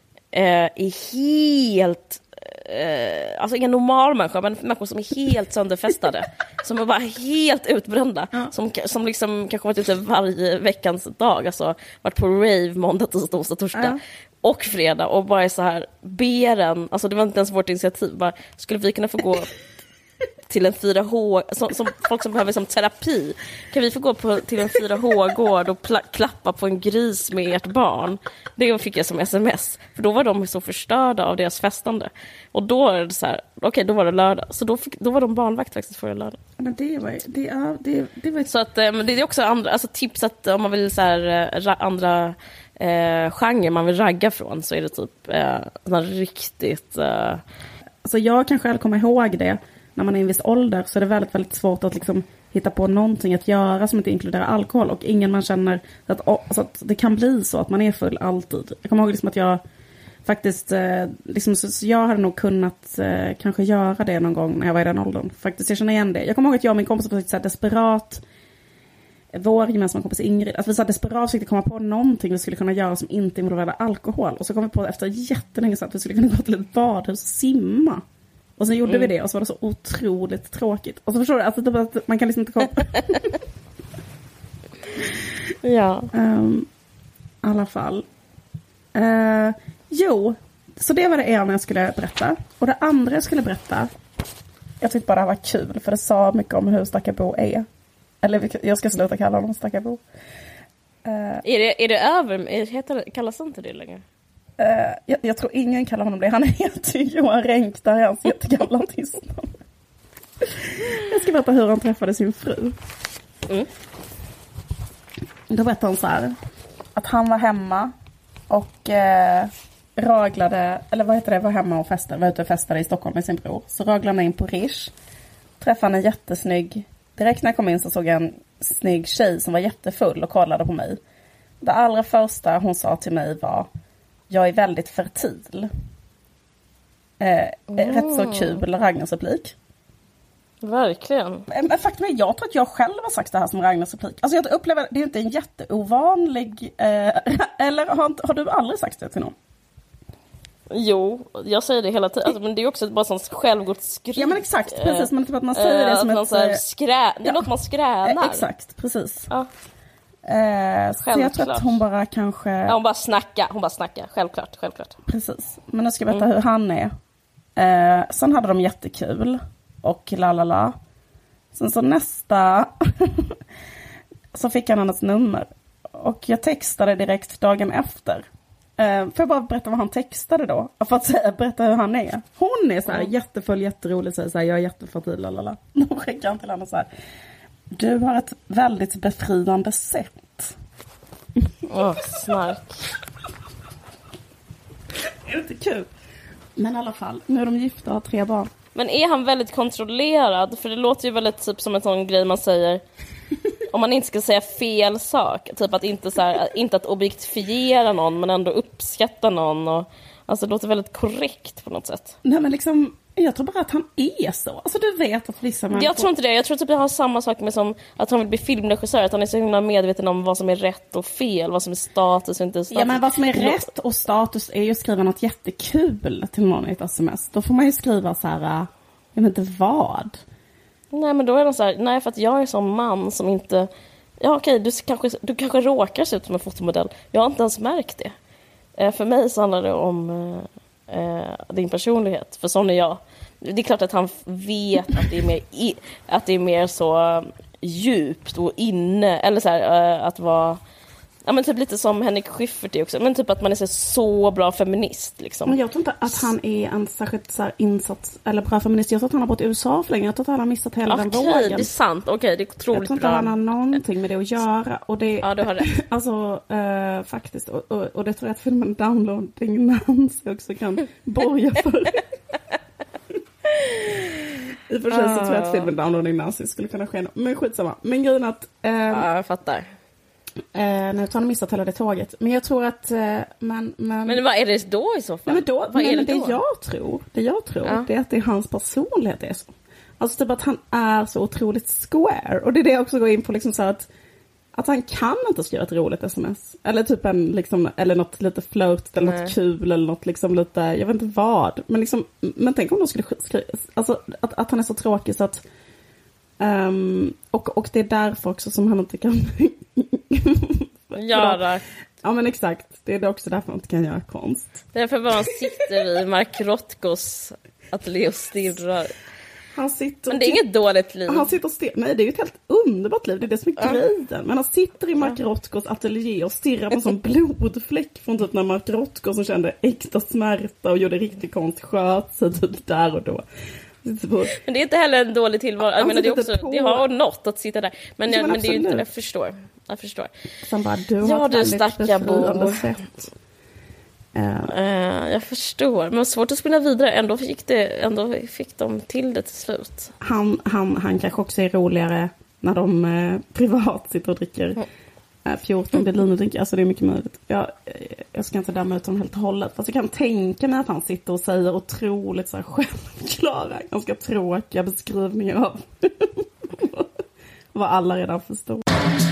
Speaker 2: är helt, alltså inga normala människor, men människor som är helt sönderfestade, som är bara helt utbrända, som liksom kanske varit ute varje veckans dag, alltså varit på rave måndag, tisdag, onsdag, torsdag. och fredag och bara är så här, ber en, alltså det var inte ens vårt initiativ, bara, skulle vi kunna få gå till en 4H, som folk som behöver som terapi, kan vi få gå till en 4H-gård och klappa på en gris med ert barn? Det fick jag som sms, för då var de så förstörda av deras festande. Och då är det så här, okej, då var det lördag, så då var de barnvakt faktiskt förra lördag.
Speaker 3: Men det var
Speaker 2: så att, men det är också andra, alltså tips att om man vill så här, andra genre man vill ragga från, så är det typ riktigt
Speaker 3: alltså jag kan själv komma ihåg det. När man är i en viss ålder så är det väldigt, väldigt svårt att liksom hitta på någonting att göra som inte inkluderar alkohol. Och ingen man känner så att det kan bli så att man är full alltid. Jag kommer ihåg liksom att jag faktiskt, liksom, så jag hade nog kunnat kanske göra det någon gång när jag var i den åldern. Faktiskt, jag känner igen det. Jag kommer ihåg att jag och min kompis var så här desperat, vår gemensamma kompis Ingrid, att vi så desperat försökte komma på någonting vi skulle kunna göra som inte involverade alkohol. Och så kom vi på efter jättelänge så att vi skulle kunna gå till ett badhus och simma. Och sen gjorde vi det och så var det så otroligt tråkigt. Och så förstår du att man kan liksom inte komma...
Speaker 2: Ja.
Speaker 3: I alla fall. Jo, så det var det ena jag skulle berätta. Och det andra jag skulle berätta, jag tyckte bara det här var kul, för det sa mycket om hur Stackarbo är. Eller jag ska sluta kalla honom Stackarbo.
Speaker 2: Är det över? Kallas det inte det längre?
Speaker 3: Jag tror ingen kallar honom det. Han heter Johan Renck, där är hans jättegamla artistnamn. Jag ska berätta hur han träffade sin fru. Då berättade han så här, att han var hemma och raglade, eller vad heter det, var hemma och festade, var ute och festade i Stockholm med sin bror. Så raglade han in på Rish, träffade han en jättesnygg, direkt när jag kom in så såg jag en snygg tjej som var jättefull och kollade på mig. Det allra första hon sa till mig var: jag är väldigt fertil. Rätt så kul Ragnars replik.
Speaker 2: Verkligen.
Speaker 3: Men faktum är, jag tror att jag själv har sagt det här som Ragnars replik. Alltså jag upplever, det är inte en jätteovanlig... eller har du aldrig sagt det till någon?
Speaker 2: Jo, jag säger det hela tiden. Alltså, men det är också bara sånt självgodsskryt.
Speaker 3: Ja men exakt, precis. Men typ att man säger det som
Speaker 2: man
Speaker 3: ett...
Speaker 2: det är något man skränar.
Speaker 3: Exakt, precis.
Speaker 2: Ja.
Speaker 3: Så jag tror att hon bara kanske...
Speaker 2: Ja, hon bara snackar. Självklart.
Speaker 3: Precis. Men nu ska jag berätta hur han är. Sen hade de jättekul. Och lalala. Sen så nästa... så fick han hennes nummer. Och jag textade direkt dagen efter. Får jag bara berätta vad han textade då? För att berätta hur han är. Hon är så här jättefull, jätterolig. Så här, jag är jättefertil, lalala. Då skickar han till henne så här: du har ett väldigt befriande sätt.
Speaker 2: Snark.
Speaker 3: Det är inte kul. Men i alla fall, nu är de gifta och har 3 barn.
Speaker 2: Men är han väldigt kontrollerad? För det låter ju väldigt typ som en sån grej man säger om man inte ska säga fel sak. Typ att inte, så här, inte att objektifiera någon men ändå uppskatta någon. Och, alltså det låter väldigt korrekt på något sätt.
Speaker 3: Nej men liksom, jag tror bara att han är så. Alltså du vet att vissa människor...
Speaker 2: Jag tror inte det. Jag tror typ det har samma sak med som att han vill bli filmregissör. Att han är så himla medveten om vad som är rätt och fel. Vad som är status och inte status.
Speaker 3: Ja men vad som är rätt och status är ju att skriva något jättekul till någon i ett sms. Då får man ju skriva så här, jag vet inte vad. Nej
Speaker 2: men då är det så här, nej för att jag är som man som inte... Ja okej, du kanske råkar se ut som en fotomodell. Jag har inte ens märkt det. För mig så handlar det om din personlighet. För sån är jag. Det är klart att han vet att det är mer så djupt och inne. Eller så här, att vara... Ja men typ lite som Henrik Schyffert är också. Men typ att man är så bra feminist liksom.
Speaker 3: Men jag tror inte att han är en särskilt så här insats eller bra feminist. Jag tror att han har bott i USA för länge. Jag tror att han har missat hela den vågen.
Speaker 2: Okej, det är sant. Okej, det är otroligt bra.
Speaker 3: Jag tror inte han har någonting med det att göra. Och det,
Speaker 2: ja, du har rätt.
Speaker 3: Alltså, faktiskt. Och det tror jag att filmen Downloading Nancy också kan borga för. I och för sig så tror jag att filmen Downloading Nancy skulle kunna ske. Men skitsamma. Men grejen att...
Speaker 2: ja, jag fattar.
Speaker 3: Nu har han missat hela det tåget. Men jag tror att... Men
Speaker 2: vad är det då i så fall?
Speaker 3: Nej, men vad är det då? Det jag tror
Speaker 2: ja.
Speaker 3: Det är att det är hans personlighet är så. Alltså typ att han är så otroligt square. Och det är det jag också går in på liksom så här att han kan inte skriva ett roligt sms. Eller typ en liksom, eller något lite flirt eller något kul eller något liksom lite, jag vet inte vad. Men liksom, men tänk om de skulle skriva, alltså att han är så tråkig så att och det är därför också som han inte kan
Speaker 2: göra
Speaker 3: Ja men exakt, det är också därför man inte kan göra konst.
Speaker 2: Därför man sitter i Mark Rothkos ateljé och stirrar. Men det är inget dåligt liv.
Speaker 3: Han sitter och stirrar. Nej, det är ju ett helt underbart liv. Det är det som är grejen. Men han sitter i Mark Rothkos ateljé och stirrar på en sån blodfläck från typ när Mark Rothkos som kände äkta smärta och gjorde riktig konst sköt sig typ där och då.
Speaker 2: Men det är inte heller en dålig tillvaro. Jag menar, det är också, det har något att sitta där. Men det är ju inte, jag förstår.
Speaker 3: Sen bara, du har
Speaker 2: du stackar Bo. Jag förstår. Men svårt att spela vidare. Ändå fick de till det till slut.
Speaker 3: Han kanske också är roligare när de privat sitter och dricker 14 Berlinerdrinkar. Alltså det är mycket möjligt. Jag ska inte döma ut honom helt och hållet. Fast jag kan tänka mig att han sitter och säger otroligt så här självklara, ganska tråkiga beskrivningar av vad alla redan förstår.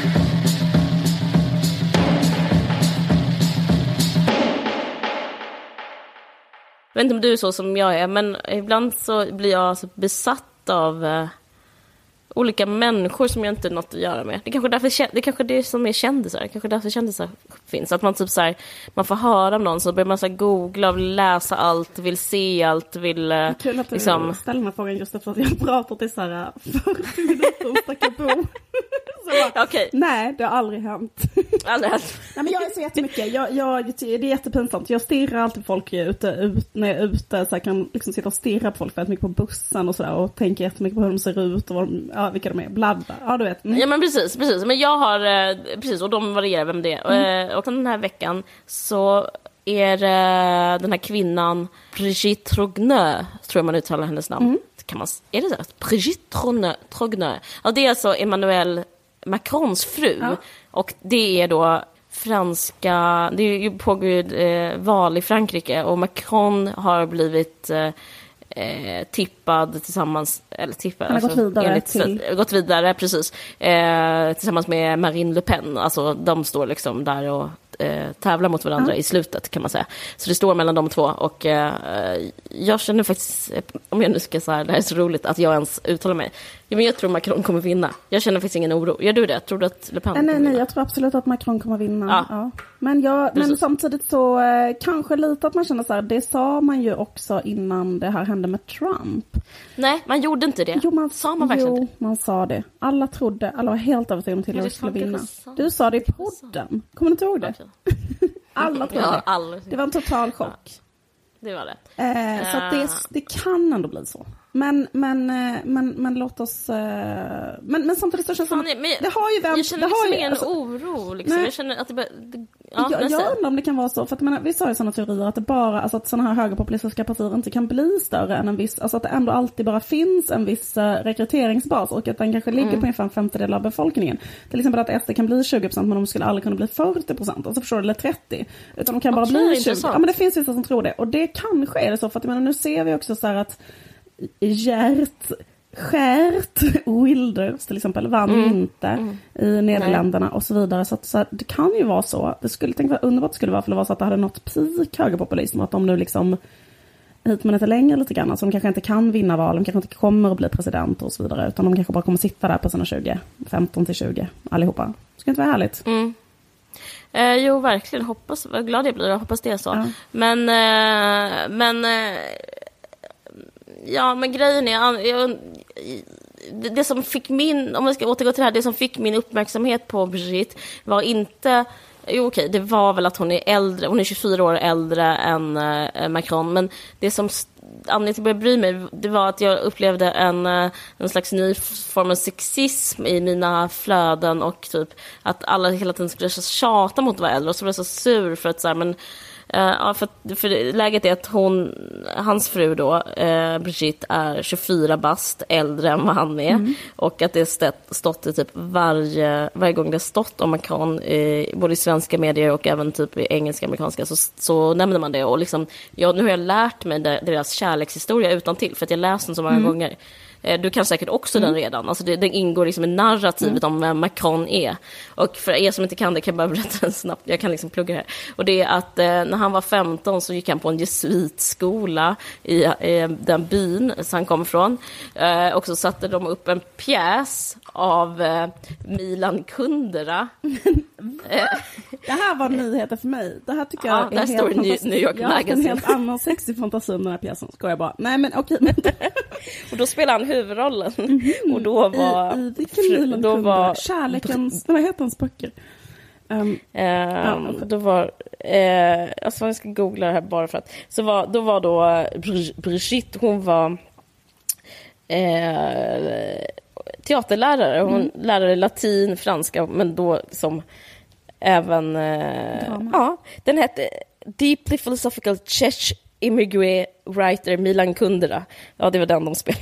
Speaker 2: Jag vet inte om du är så som jag är, men ibland så blir jag alltså besatt av olika människor som jag inte har något att göra med. Det är kanske det som är kändisar. Det kanske därför kändisar finns. Att man typ så här, man får höra om någon så börjar man så här googla och läsa allt, vill se allt, vill
Speaker 3: kul att du
Speaker 2: liksom
Speaker 3: ställer mig frågan just för att jag pratat i så här 40 minuter om stackar Bo.
Speaker 2: Okay.
Speaker 3: Nej, det har aldrig hänt. Nej, men jag är så jättemycket. Det är jättepinsamt. Jag stirrar alltid folk när jag är ute. Så jag kan liksom sitta och stirra på folk väldigt mycket på bussen och sådär. Och tänker jättemycket på hur de ser ut och vilka de är. Bladda. Ja, du vet.
Speaker 2: Ja, men precis. Men jag har, precis, och de varierar vem det är. Och den här veckan så är den här kvinnan Brigitte Trogneux, tror jag man uttalar hennes namn. Är det så? Brigitte Trogneux. Ja, det är alltså Emmanuel Macrons fru. Ja. Och det är då franska, det pågår ju val i Frankrike och Macron har blivit tippad tillsammans, eller tippad,
Speaker 3: han har
Speaker 2: gått vidare precis, tillsammans med Marine Le Pen. Alltså de står liksom där och tävlar mot varandra i slutet, kan man säga. Så det står mellan de två och jag känner faktiskt, om jag nu ska säga det här är så roligt att jag ens uttalar mig. Ja, men jag tror Macron kommer vinna. Jag känner faktiskt ingen oro. Gör du det? Tror du att Le Pen kommer vinna?
Speaker 3: Nej, jag tror absolut att Macron kommer vinna. Ja. Men samtidigt så kanske lite att man känner så här, det sa man ju också innan det här hände med Trump.
Speaker 2: Nej, man gjorde inte det. Sa man verkligen inte?
Speaker 3: Man sa det. Alla var helt övertygade om att Hillary skulle vinna. Du sa det i podden. Kommer du inte ihåg det? Okay. Alla trodde det. Det var en total chock.
Speaker 2: Det var det.
Speaker 3: Så att det kan ändå bli så. Men låt oss men samtidigt så känns det har ju vänt.
Speaker 2: Jag känner ingen oro liksom. Jag känner att
Speaker 3: jag undrar om det kan vara så, för att vi sa ju sådana teorier att det bara, alltså att sådana här högerpopulistiska partier inte kan bli större än en viss, alltså att det ändå alltid bara finns en viss rekryteringsbas och att den kanske ligger på ungefär 50% av befolkningen. Till exempel att SD kan bli 20% men de skulle aldrig kunna bli 40%, alltså förstår du, eller 30%, utan de kan bara bli 20%. Ja, men det finns vissa som tror det, och det kanske är det så, för att jag menar, nu ser vi också så här att Geert Wilders till exempel vann inte i Nederländerna och så vidare, så det kan ju vara så. Det skulle tänka vara underbart skulle vara för det var så att det hade något peak högerpopulism, att de nu liksom hit men inte längre lite grann, alltså de kanske inte kan vinna val, de kanske inte kommer att bli president och så vidare, utan de kanske bara kommer sitta där på sina 15-20 allihopa. Ska inte vara härligt?
Speaker 2: Jo, verkligen, vad glad jag blir, jag hoppas det är så. Men grejen är det som fick om jag ska återgå till det här, det som fick min uppmärksamhet på Brigitte var inte, det var väl att hon är äldre, hon är 24 år äldre än Macron, men det som anledningen till att jag bry mig, det var att jag upplevde en slags ny form av sexism i mina flöden, och typ att alla hela tiden skulle tjata mot att vara äldre, och så blev jag så sur för att så här, men för läget är att hans fru då, Brigitte, är 24 bast äldre än vad han är, och att det stått i typ varje gång det stått om Macron både i svenska medier och även typ i engelska, amerikanska, så nämner man det, och liksom, nu har jag lärt mig deras kärlekshistoria utan till, för att jag läst den så många gånger. Du kan säkert också den redan. Alltså det ingår liksom i narrativet om vem Macron är. Och för er som inte kan det kan jag bara berätta den snabbt. Jag kan liksom plugga här. Och det är att när han var 15 så gick han på en jesuitskola i den byn som han kom ifrån. Och så satte de upp en pjäs av Milan Kundera.
Speaker 3: Det här var nyheter för mig. Det här tycker jag är
Speaker 2: helt fantastiskt. New York
Speaker 3: jag har haft en helt annan sexig fantasi om den här pjäsen. Ska jag bara, nej men okej.
Speaker 2: Och då spelade han huvudrollen. Och då var...
Speaker 3: I vilken Milan Kundera? Kärlekens... Vad heter hans böcker?
Speaker 2: Då var... alltså jag ska googla det här bara för att... Då var Brigitte, hon var... teaterlärare. Hon lärade latin, franska, men då som även... den hette Deeply Philosophical Czech Immigrant Writer Milan Kundera. Ja, det var den de spelade.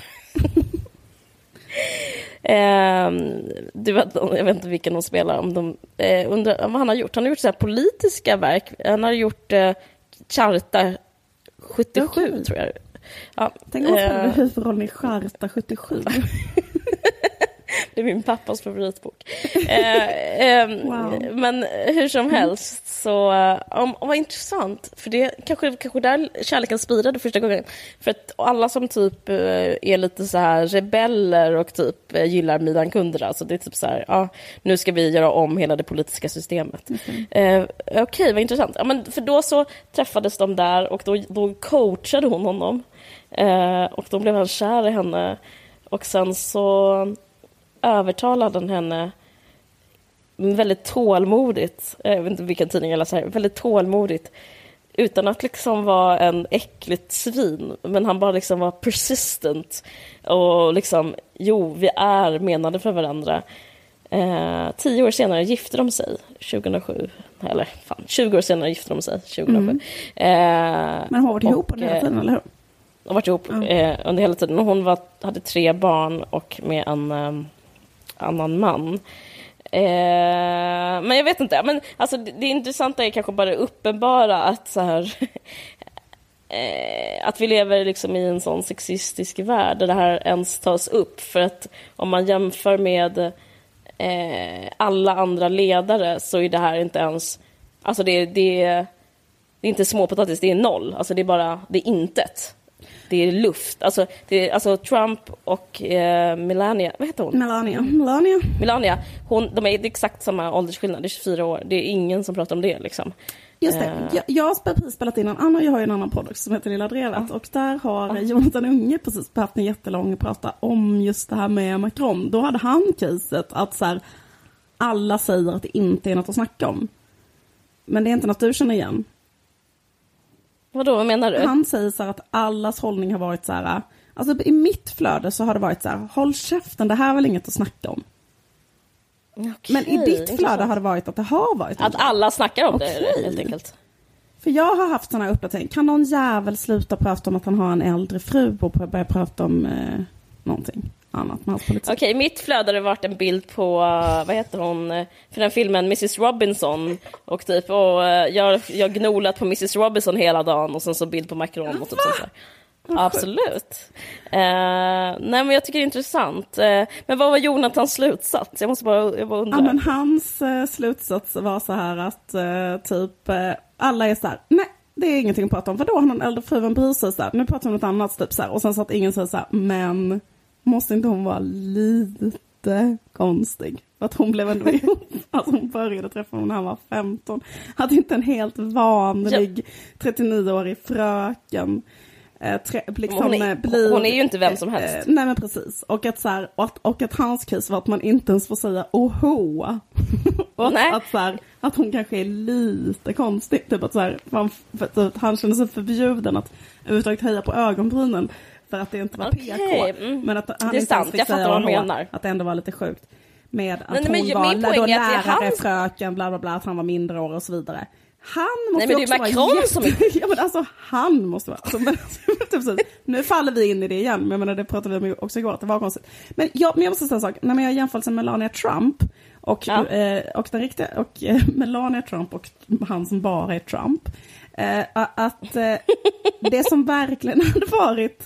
Speaker 2: Jag vet inte vilken de spelar. Undrar vad han har gjort. Han har gjort så här politiska verk. Han har gjort Charta 77, tror jag. Ja.
Speaker 3: Tänk om man spelade huvudrollen i Charta 77.
Speaker 2: Det är min pappas favoritbok. Wow. Men hur som helst så vad intressant, för det kanske där kärleken spirade första gången, för att alla som typ är lite så här rebeller och typ gillar Milan Kundera, så det är typ så här, nu ska vi göra om hela det politiska systemet. Okej, vad intressant. Ja, men för då så träffades de där och då coachade hon honom och då blev han kär i henne, och sen så övertalade han henne väldigt tålmodigt, jag vet inte vilken tidning jag läser här, väldigt tålmodigt, utan att liksom vara en äckligt svin, men han bara liksom var persistent och liksom, vi är menade för varandra. 10 år senare gifte de sig 2007, eller 20 år senare gifte de sig 2007.
Speaker 3: Men har varit ihop under hela tiden, eller hur?
Speaker 2: De har varit ihop under hela tiden, och hon hade 3 barn och med en annan man. Men jag vet inte, men alltså det intressanta är kanske bara uppenbara att så här att vi lever liksom i en sån sexistisk värld där det här ens tas upp, för att om man jämför med alla andra ledare så är det här inte ens, alltså det är inte småpotatis, det är 0, alltså det är intet. Det är luft. Alltså Trump och Melania, vad heter hon? Melania. De är exakt samma åldersskillnad, det är 24 år. Det är ingen som pratar om det liksom.
Speaker 3: Just det. Jag har precis spelat in jag har ju en annan podd som heter Lilla Drevet, och där har Jonathan Unge precis haft en jättelång prata om just det här med Macron. Då hade han caset att så här, alla säger att det inte är något att snacka om. Men det är inte något du känner igen.
Speaker 2: Vadå, vad menar du?
Speaker 3: Han säger så här att allas hållning har varit så här, alltså i mitt flöde så har det varit så här, håll käften, det här är väl inget att snacka om.
Speaker 2: Okay,
Speaker 3: men i ditt flöde har det varit att det har varit
Speaker 2: att alla snackar om det helt enkelt.
Speaker 3: För jag har haft såna här uppdateringar. Kan någon jävel sluta prata om att han har en äldre fru och börja prata om någonting annat med hans politik?
Speaker 2: Okej, mitt flöde har varit en bild på vad heter hon för den filmen, Mrs. Robinson, och typ jag gnolat på Mrs. Robinson hela dagen, och sen så bild på Macron och typ sånt där. Absolut. Nej, men jag tycker det är intressant. Men vad var Jonathans slutsats? Jag bara undrar.
Speaker 3: Ja, men hans slutsats var så här att typ alla är så här, nej, det är ingenting att prata om. För då har någon äldre fru bryr sig så här, nu pratar vi om något annat typ så här. Och sen så att ingen säger så här, men måste inte hon vara lite konstig? Att hon blev ändå ihop. Alltså hon började träffa honom när han var 15. Hade inte en helt vanlig 39-årig fröken.
Speaker 2: Hon är ju inte vem som helst.
Speaker 3: Nej, men precis. Och att, så här, och att hans case var att man inte ens får säga oho. Och att, så här, att hon kanske är lite konstig. Typ att, så här, att han kände sig förbjuden att överhuvudtaget höja på ögonbrynen. För att det inte var PK. Men att han inte ens fick säga oho. Att det ändå var lite sjukt. Med att hon var då lärare, fröken, bla bla bla. Att han var mindre år och så vidare. Han måste
Speaker 2: men det är Macron som är...
Speaker 3: Ja, men alltså han måste vara... Alltså, nu faller vi in i det igen. Men jag menar, det pratade vi också igår att det var konstigt. Men jag måste säga en sak. När man gör jämförelsen med Melania Trump och den riktiga... Och Melania Trump och han som bara är Trump. Att det som verkligen hade varit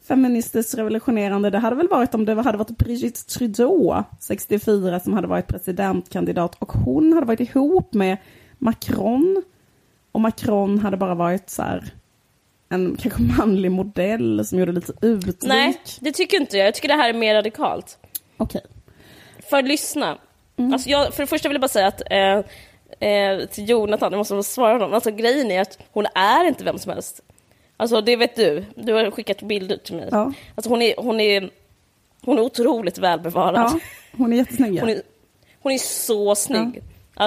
Speaker 3: feministiskt revolutionerande, det hade väl varit om det hade varit Brigitte Trudeau 64 som hade varit presidentkandidat och hon hade varit ihop med Macron och Macron hade bara varit så här en kanske manlig modell som gjorde lite utlik.
Speaker 2: Nej, det tycker inte jag. Jag tycker det här är mer radikalt.
Speaker 3: Okej.
Speaker 2: För att lyssna. Alltså för det första vill jag bara säga att till Jonathan, jag måste svara honom. Alltså grejen är att hon är inte vem som helst. Alltså det vet du. Du har skickat bilder till mig.
Speaker 3: Ja.
Speaker 2: Alltså hon är otroligt välbevarad.
Speaker 3: Ja, hon är jättesnygg.
Speaker 2: Hon är så snygg. Ja.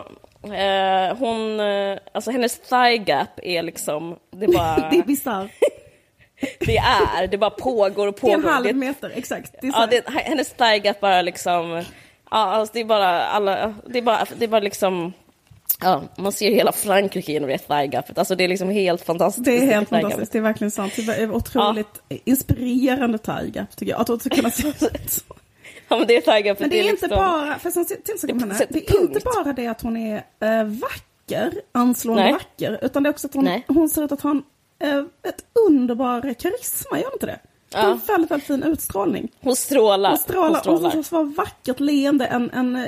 Speaker 2: Alltså hennes thigh gap är liksom det är bara
Speaker 3: det är bizarrt.
Speaker 2: det bara pågår och pågår.
Speaker 3: Det är en halv meter, exakt. Det är
Speaker 2: hennes thigh gap bara liksom alltså det är bara liksom man ser hela Frankrike genom det thigh gapet. Alltså det är liksom helt fantastiskt.
Speaker 3: Det är helt fantastiskt, det är verkligen sant. Det är otroligt inspirerande thigh gap tycker jag. Att kunna se ut.
Speaker 2: Ja, men det är thigh gapet.
Speaker 3: Men det är
Speaker 2: liksom
Speaker 3: inte bara, för som tillsammans henne, det är inte bara det att hon är vacker, anslående vacker, utan det är också att hon ser ut att ha ett underbar karisma, gör inte det? Det är en väldigt, väldigt fin utstrålning.
Speaker 2: Hon strålar.
Speaker 3: Och så var vackert leende, en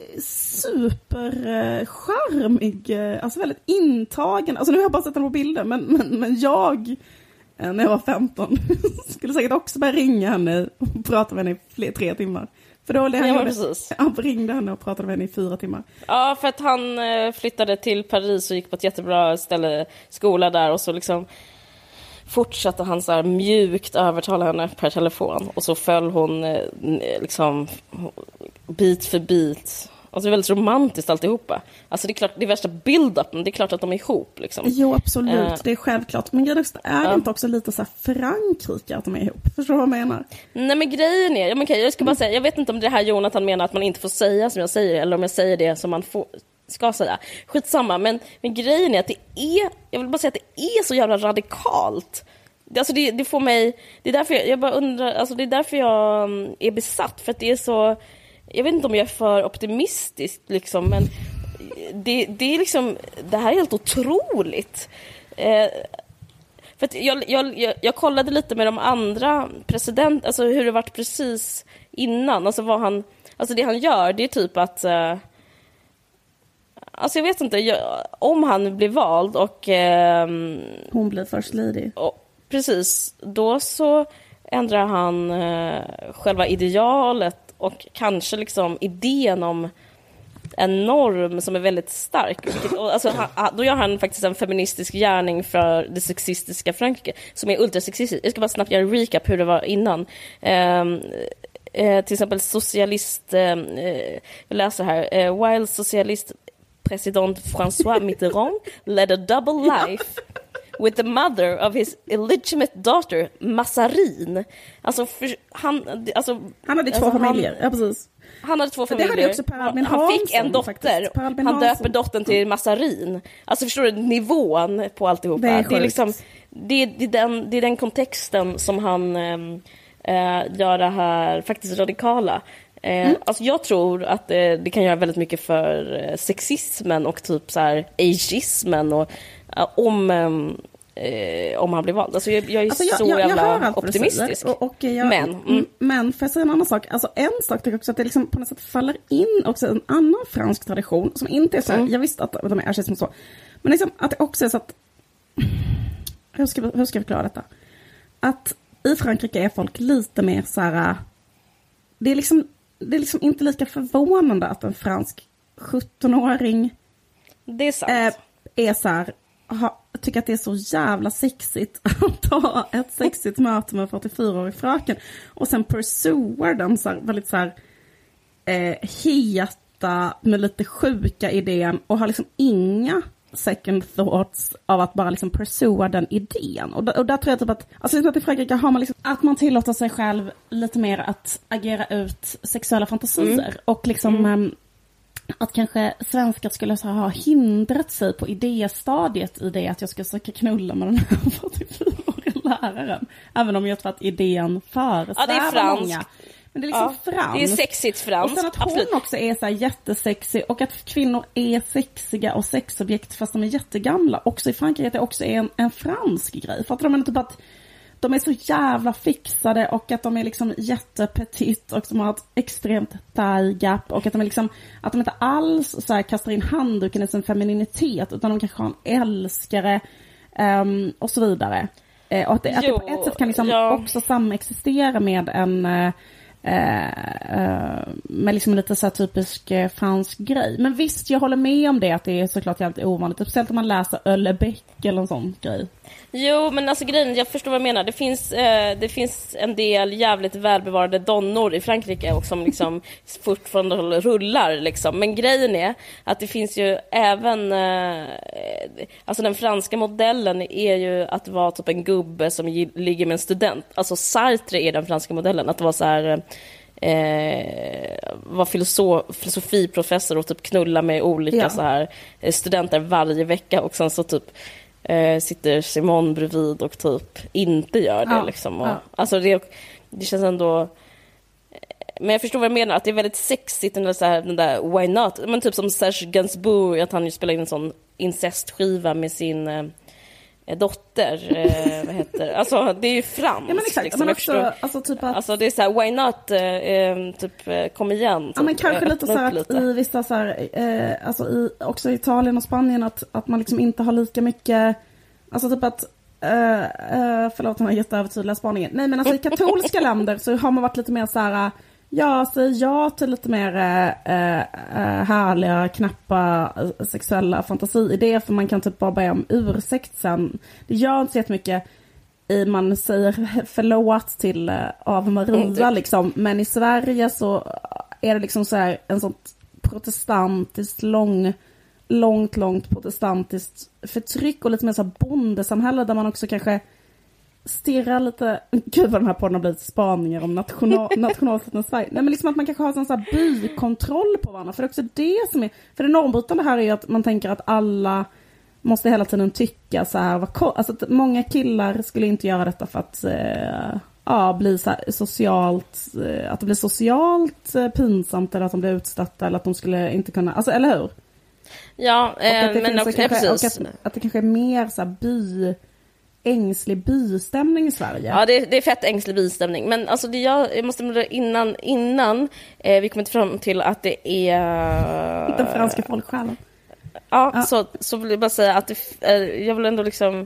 Speaker 3: supercharmig, alltså väldigt intagen. Alltså nu har jag bara sett henne på bilder, men jag, när jag var 15, skulle säkert också börja ringa henne och prata med henne i 3 timmar. För då han ringde henne och pratade med henne i 4 timmar.
Speaker 2: Ja, för att han flyttade till Paris och gick på ett jättebra skola där och så liksom fortsatte han så här mjukt övertala henne per telefon och så föll hon liksom bit för bit. Alltså det är väldigt romantiskt alltihopa. Alltså det är klart, det är värsta build-upen, det är klart att de är ihop liksom.
Speaker 3: Jo, absolut, det är självklart. Men grejen är det inte också lite så här Frankrike att de är ihop? Förstår du vad jag menar?
Speaker 2: Nej, men grejen är, jag ska bara säga, jag vet inte om det här Jonathan menar att man inte får säga som jag säger, eller om jag säger det som man ska säga. Skitsamma, men grejen är att jag vill bara säga att det är så jävla radikalt. Alltså det får mig, det är därför jag bara undrar, alltså det är därför jag är besatt, för att det är så, jag jag vet inte om jag är för optimistisk liksom, men det är liksom, det här är helt otroligt. För att jag kollade lite med de andra president, alltså hur det varit precis innan, alltså vad han, alltså det han gör, det är typ att alltså jag vet inte, om han blir vald och
Speaker 3: hon blir first lady.
Speaker 2: Precis, då så ändrar han själva idealet och kanske liksom idén om en norm som är väldigt stark. Alltså, då gör han faktiskt en feministisk gärning för det sexistiska Frankrike som är ultrasexistiskt. Jag ska bara snabbt göra en recap hur det var innan. Till exempel socialist, jag läser här, while socialist president François Mitterrand led a double life with the mother of his illegitimate daughter Mazarin. Alltså han
Speaker 3: hade två familjer. Ja, precis.
Speaker 2: Han hade två familjer.
Speaker 3: Det hade också Per Albin Hansson,
Speaker 2: han fick en dotter. Han döper dottern till Mazarin. Alltså förstår du nivån på alltihopa? Det är liksom det är den kontexten som han gör det här faktiskt radikala. Alltså jag tror att det kan göra väldigt mycket för sexismen och typ så här ageismen och om han blir vald. Alltså jag är så jävla optimistisk.
Speaker 3: Men för att säga en annan sak, alltså en sak tycker jag också att det liksom på något sätt faller in också en annan fransk tradition som inte är så här, jag visste att de är som så, men liksom att det också är så att hur ska jag förklara detta? Att i Frankrike är folk lite mer så här, det är liksom inte lika förvånande att en fransk 17-åring
Speaker 2: det är sant.
Speaker 3: Är så här, tycker att det är så jävla sexigt att ha ett sexigt möte med 44-årig fröken och sen pursuer den så här, väldigt så här heta med lite sjuka idén och har liksom inga second thoughts av att bara liksom pursua den idén. Och där tror jag typ att, alltså i Frankrike har man liksom, att man tillåter sig själv lite mer att agera ut sexuella fantasier och liksom att kanske svenskar skulle så ha hindrat sig på idéstadiet i det att jag ska söka knulla med den här 44-åriga läraren. Även om jag tror att idén föresvävar många. Men det är liksom franskt.
Speaker 2: Det är sexigt franskt.
Speaker 3: Och sen att hon också är så här jättesexig och att kvinnor är sexiga och sexobjekt fast de är jättegamla. Också i Frankrike det också är en fransk grej. För att de menar typ att de är så jävla fixade och att de är liksom jättepetit och som har ett extremt thigh gap och att de är liksom, att de inte alls så här kastar in handduken i sin femininitet utan de kanske har en älskare och så vidare. Och att det på ett sätt kan liksom också samexistera med en med liksom lite så här typisk fransk grej. Men visst, jag håller med om det, att det är såklart jävligt ovanligt. Speciellt om man läser Öllebeck eller en sån grej.
Speaker 2: Jo, men alltså grejen, jag förstår vad jag menar. Det finns en del jävligt välbevarade donnor i Frankrike och som liksom fortfarande rullar liksom. Men grejen är att det finns ju även alltså den franska modellen är ju att vara typ en gubbe som ligger med en student. Alltså Sartre är den franska modellen, att vara så här var filosofiprofessor och typ knulla med olika så här studenter varje vecka och sen så typ sitter Simon bredvid och typ inte gör det liksom. Och, alltså det känns ändå, men jag förstår vad jag menar, att det är väldigt sexigt den där Why Not, men typ som Serge Gainsbourg, att han ju spelar in en sån incestskiva med sin dotter, vad heter, alltså det är ju franskt.
Speaker 3: Ja, men exakt,
Speaker 2: liksom.
Speaker 3: men också, alltså, typ att,
Speaker 2: alltså det är så här, why not, typ kom igen. Typ,
Speaker 3: ja, men kanske lite så här att i vissa så här, alltså också i Italien och Spanien att man liksom inte har lika mycket, alltså typ att förlåt, den här jätteövertydliga spaningen. Nej, men alltså i katolska länder så har man varit lite mer så här, säger ja till lite mer härliga, knappa sexuella fantasiidéer, för man kan typ bara börja om ursäkt sen. Det gör inte så jättemycket man säger förlåt till Ave Maria liksom, men i Sverige så är det liksom så här en sånt protestantiskt långt protestantiskt förtryck och lite mer så här bondesamhälle där man också kanske stirrar lite, gud vad den här podden har blivit spaningar om nationalstaten Sverige. Nej, men liksom att man kanske har sån så här bykontroll på varandra, för det är också det som är, för det normbrytande här är ju att man tänker att alla måste hela tiden tycka så här, alltså att många killar skulle inte göra detta för att bli så här socialt, att det blir socialt pinsamt, eller att de blir utstötta, eller att de skulle inte kunna, alltså eller hur?
Speaker 2: Ja, men också, precis.
Speaker 3: Att det kanske är mer så här ängslig bystämning i Sverige.
Speaker 2: Ja, det är fett ängslig bystämning. Men alltså jag måste innan vi kommer fram till att det är
Speaker 3: den franska folksjälen.
Speaker 2: Ja. Så vill jag bara säga att jag vill ändå liksom,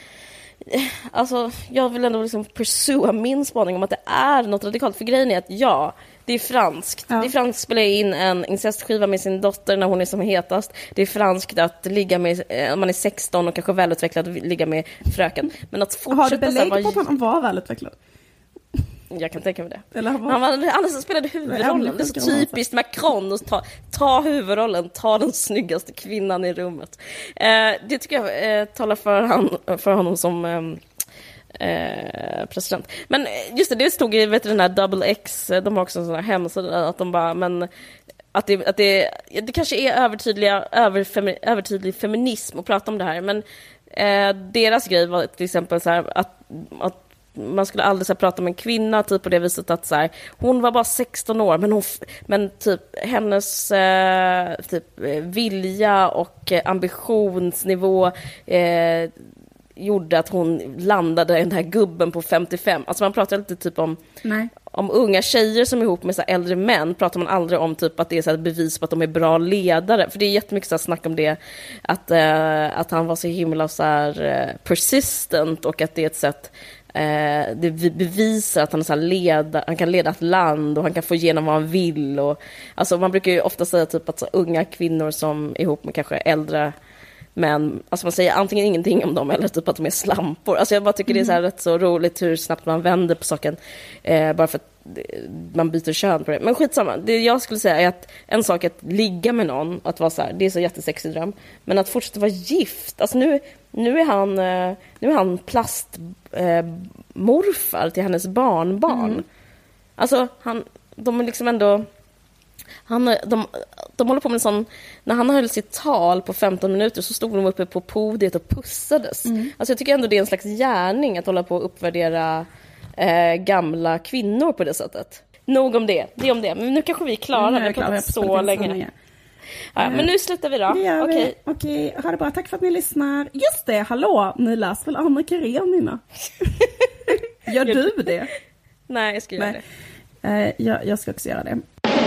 Speaker 2: alltså jag vill ändå liksom pursua min spaning om att det är något radikalt. För grejen är att det är franskt. Ja. Det är franskt att spela in en incestskiva med sin dotter när hon är som hetast. Det är franskt att ligga med, om man är 16 och kanske välutvecklad, ligga med fröken. Men att fortsätta... Har
Speaker 3: du belägg på att han var välutvecklad?
Speaker 2: Jag kan tänka mig det.
Speaker 3: Eller
Speaker 2: han som spelade huvudrollen. Det är så typiskt Macron att ta huvudrollen, ta den snyggaste kvinnan i rummet. Det tycker jag talar för honom som... president. Men just det stod i den här Double X, de har också en sån här hemsida att de bara, men att det kanske är övertydlig feminism att prata om det här, men deras grej var till exempel så här att man skulle aldrig så här prata med en kvinna typ på det viset att så här, hon var bara 16 år men typ hennes typ vilja och ambitionsnivå gjorde att hon landade den här gubben på 55. Alltså man pratar lite typ om unga tjejer som är ihop med så här äldre män, pratar man aldrig om typ att det är så här bevis på att de är bra ledare. För det är jättemycket så här snack om det, att han var så himla så här persistent, och att det är ett sätt det bevisar att han är så här han kan leda ett land och han kan få igenom vad han vill. Och, alltså man brukar ju ofta säga typ att så unga kvinnor som är ihop med kanske äldre, men alltså man säger antingen ingenting om dem eller typ att de är slampor. Alltså jag bara tycker det är så här rätt så roligt hur snabbt man vänder på saken, bara för att man byter kön på det. Men skitsamma, det jag skulle säga är att en sak är att ligga med någon, att vara så här, det är så jättesexig dröm, men att fortsätta vara gift, alltså nu är han plastmorfar till hennes barnbarn. Alltså de är liksom ändå, de håller på med en sån, när han höll sitt tal på 15 minuter så stod de uppe på podiet och pussades. Alltså jag tycker ändå det är en slags gärning att hålla på och uppvärdera gamla kvinnor på det sättet. Nog om det, men nu kanske vi är klara, vi har pratat så länge. Ja, men nu slutar vi då.
Speaker 3: Okej, ha det bra, tack för att ni lyssnar. Just det, hallå, ni läser väl Anna Karenina? Gör du det?
Speaker 2: Nej, jag ska göra det.
Speaker 3: Jag ska också göra det.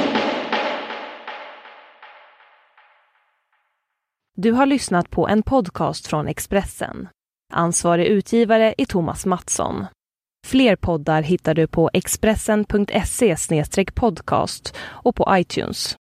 Speaker 1: Du har lyssnat på en podcast från Expressen. Ansvarig utgivare är Thomas Mattsson. Fler poddar hittar du på expressen.se/podcast och på iTunes.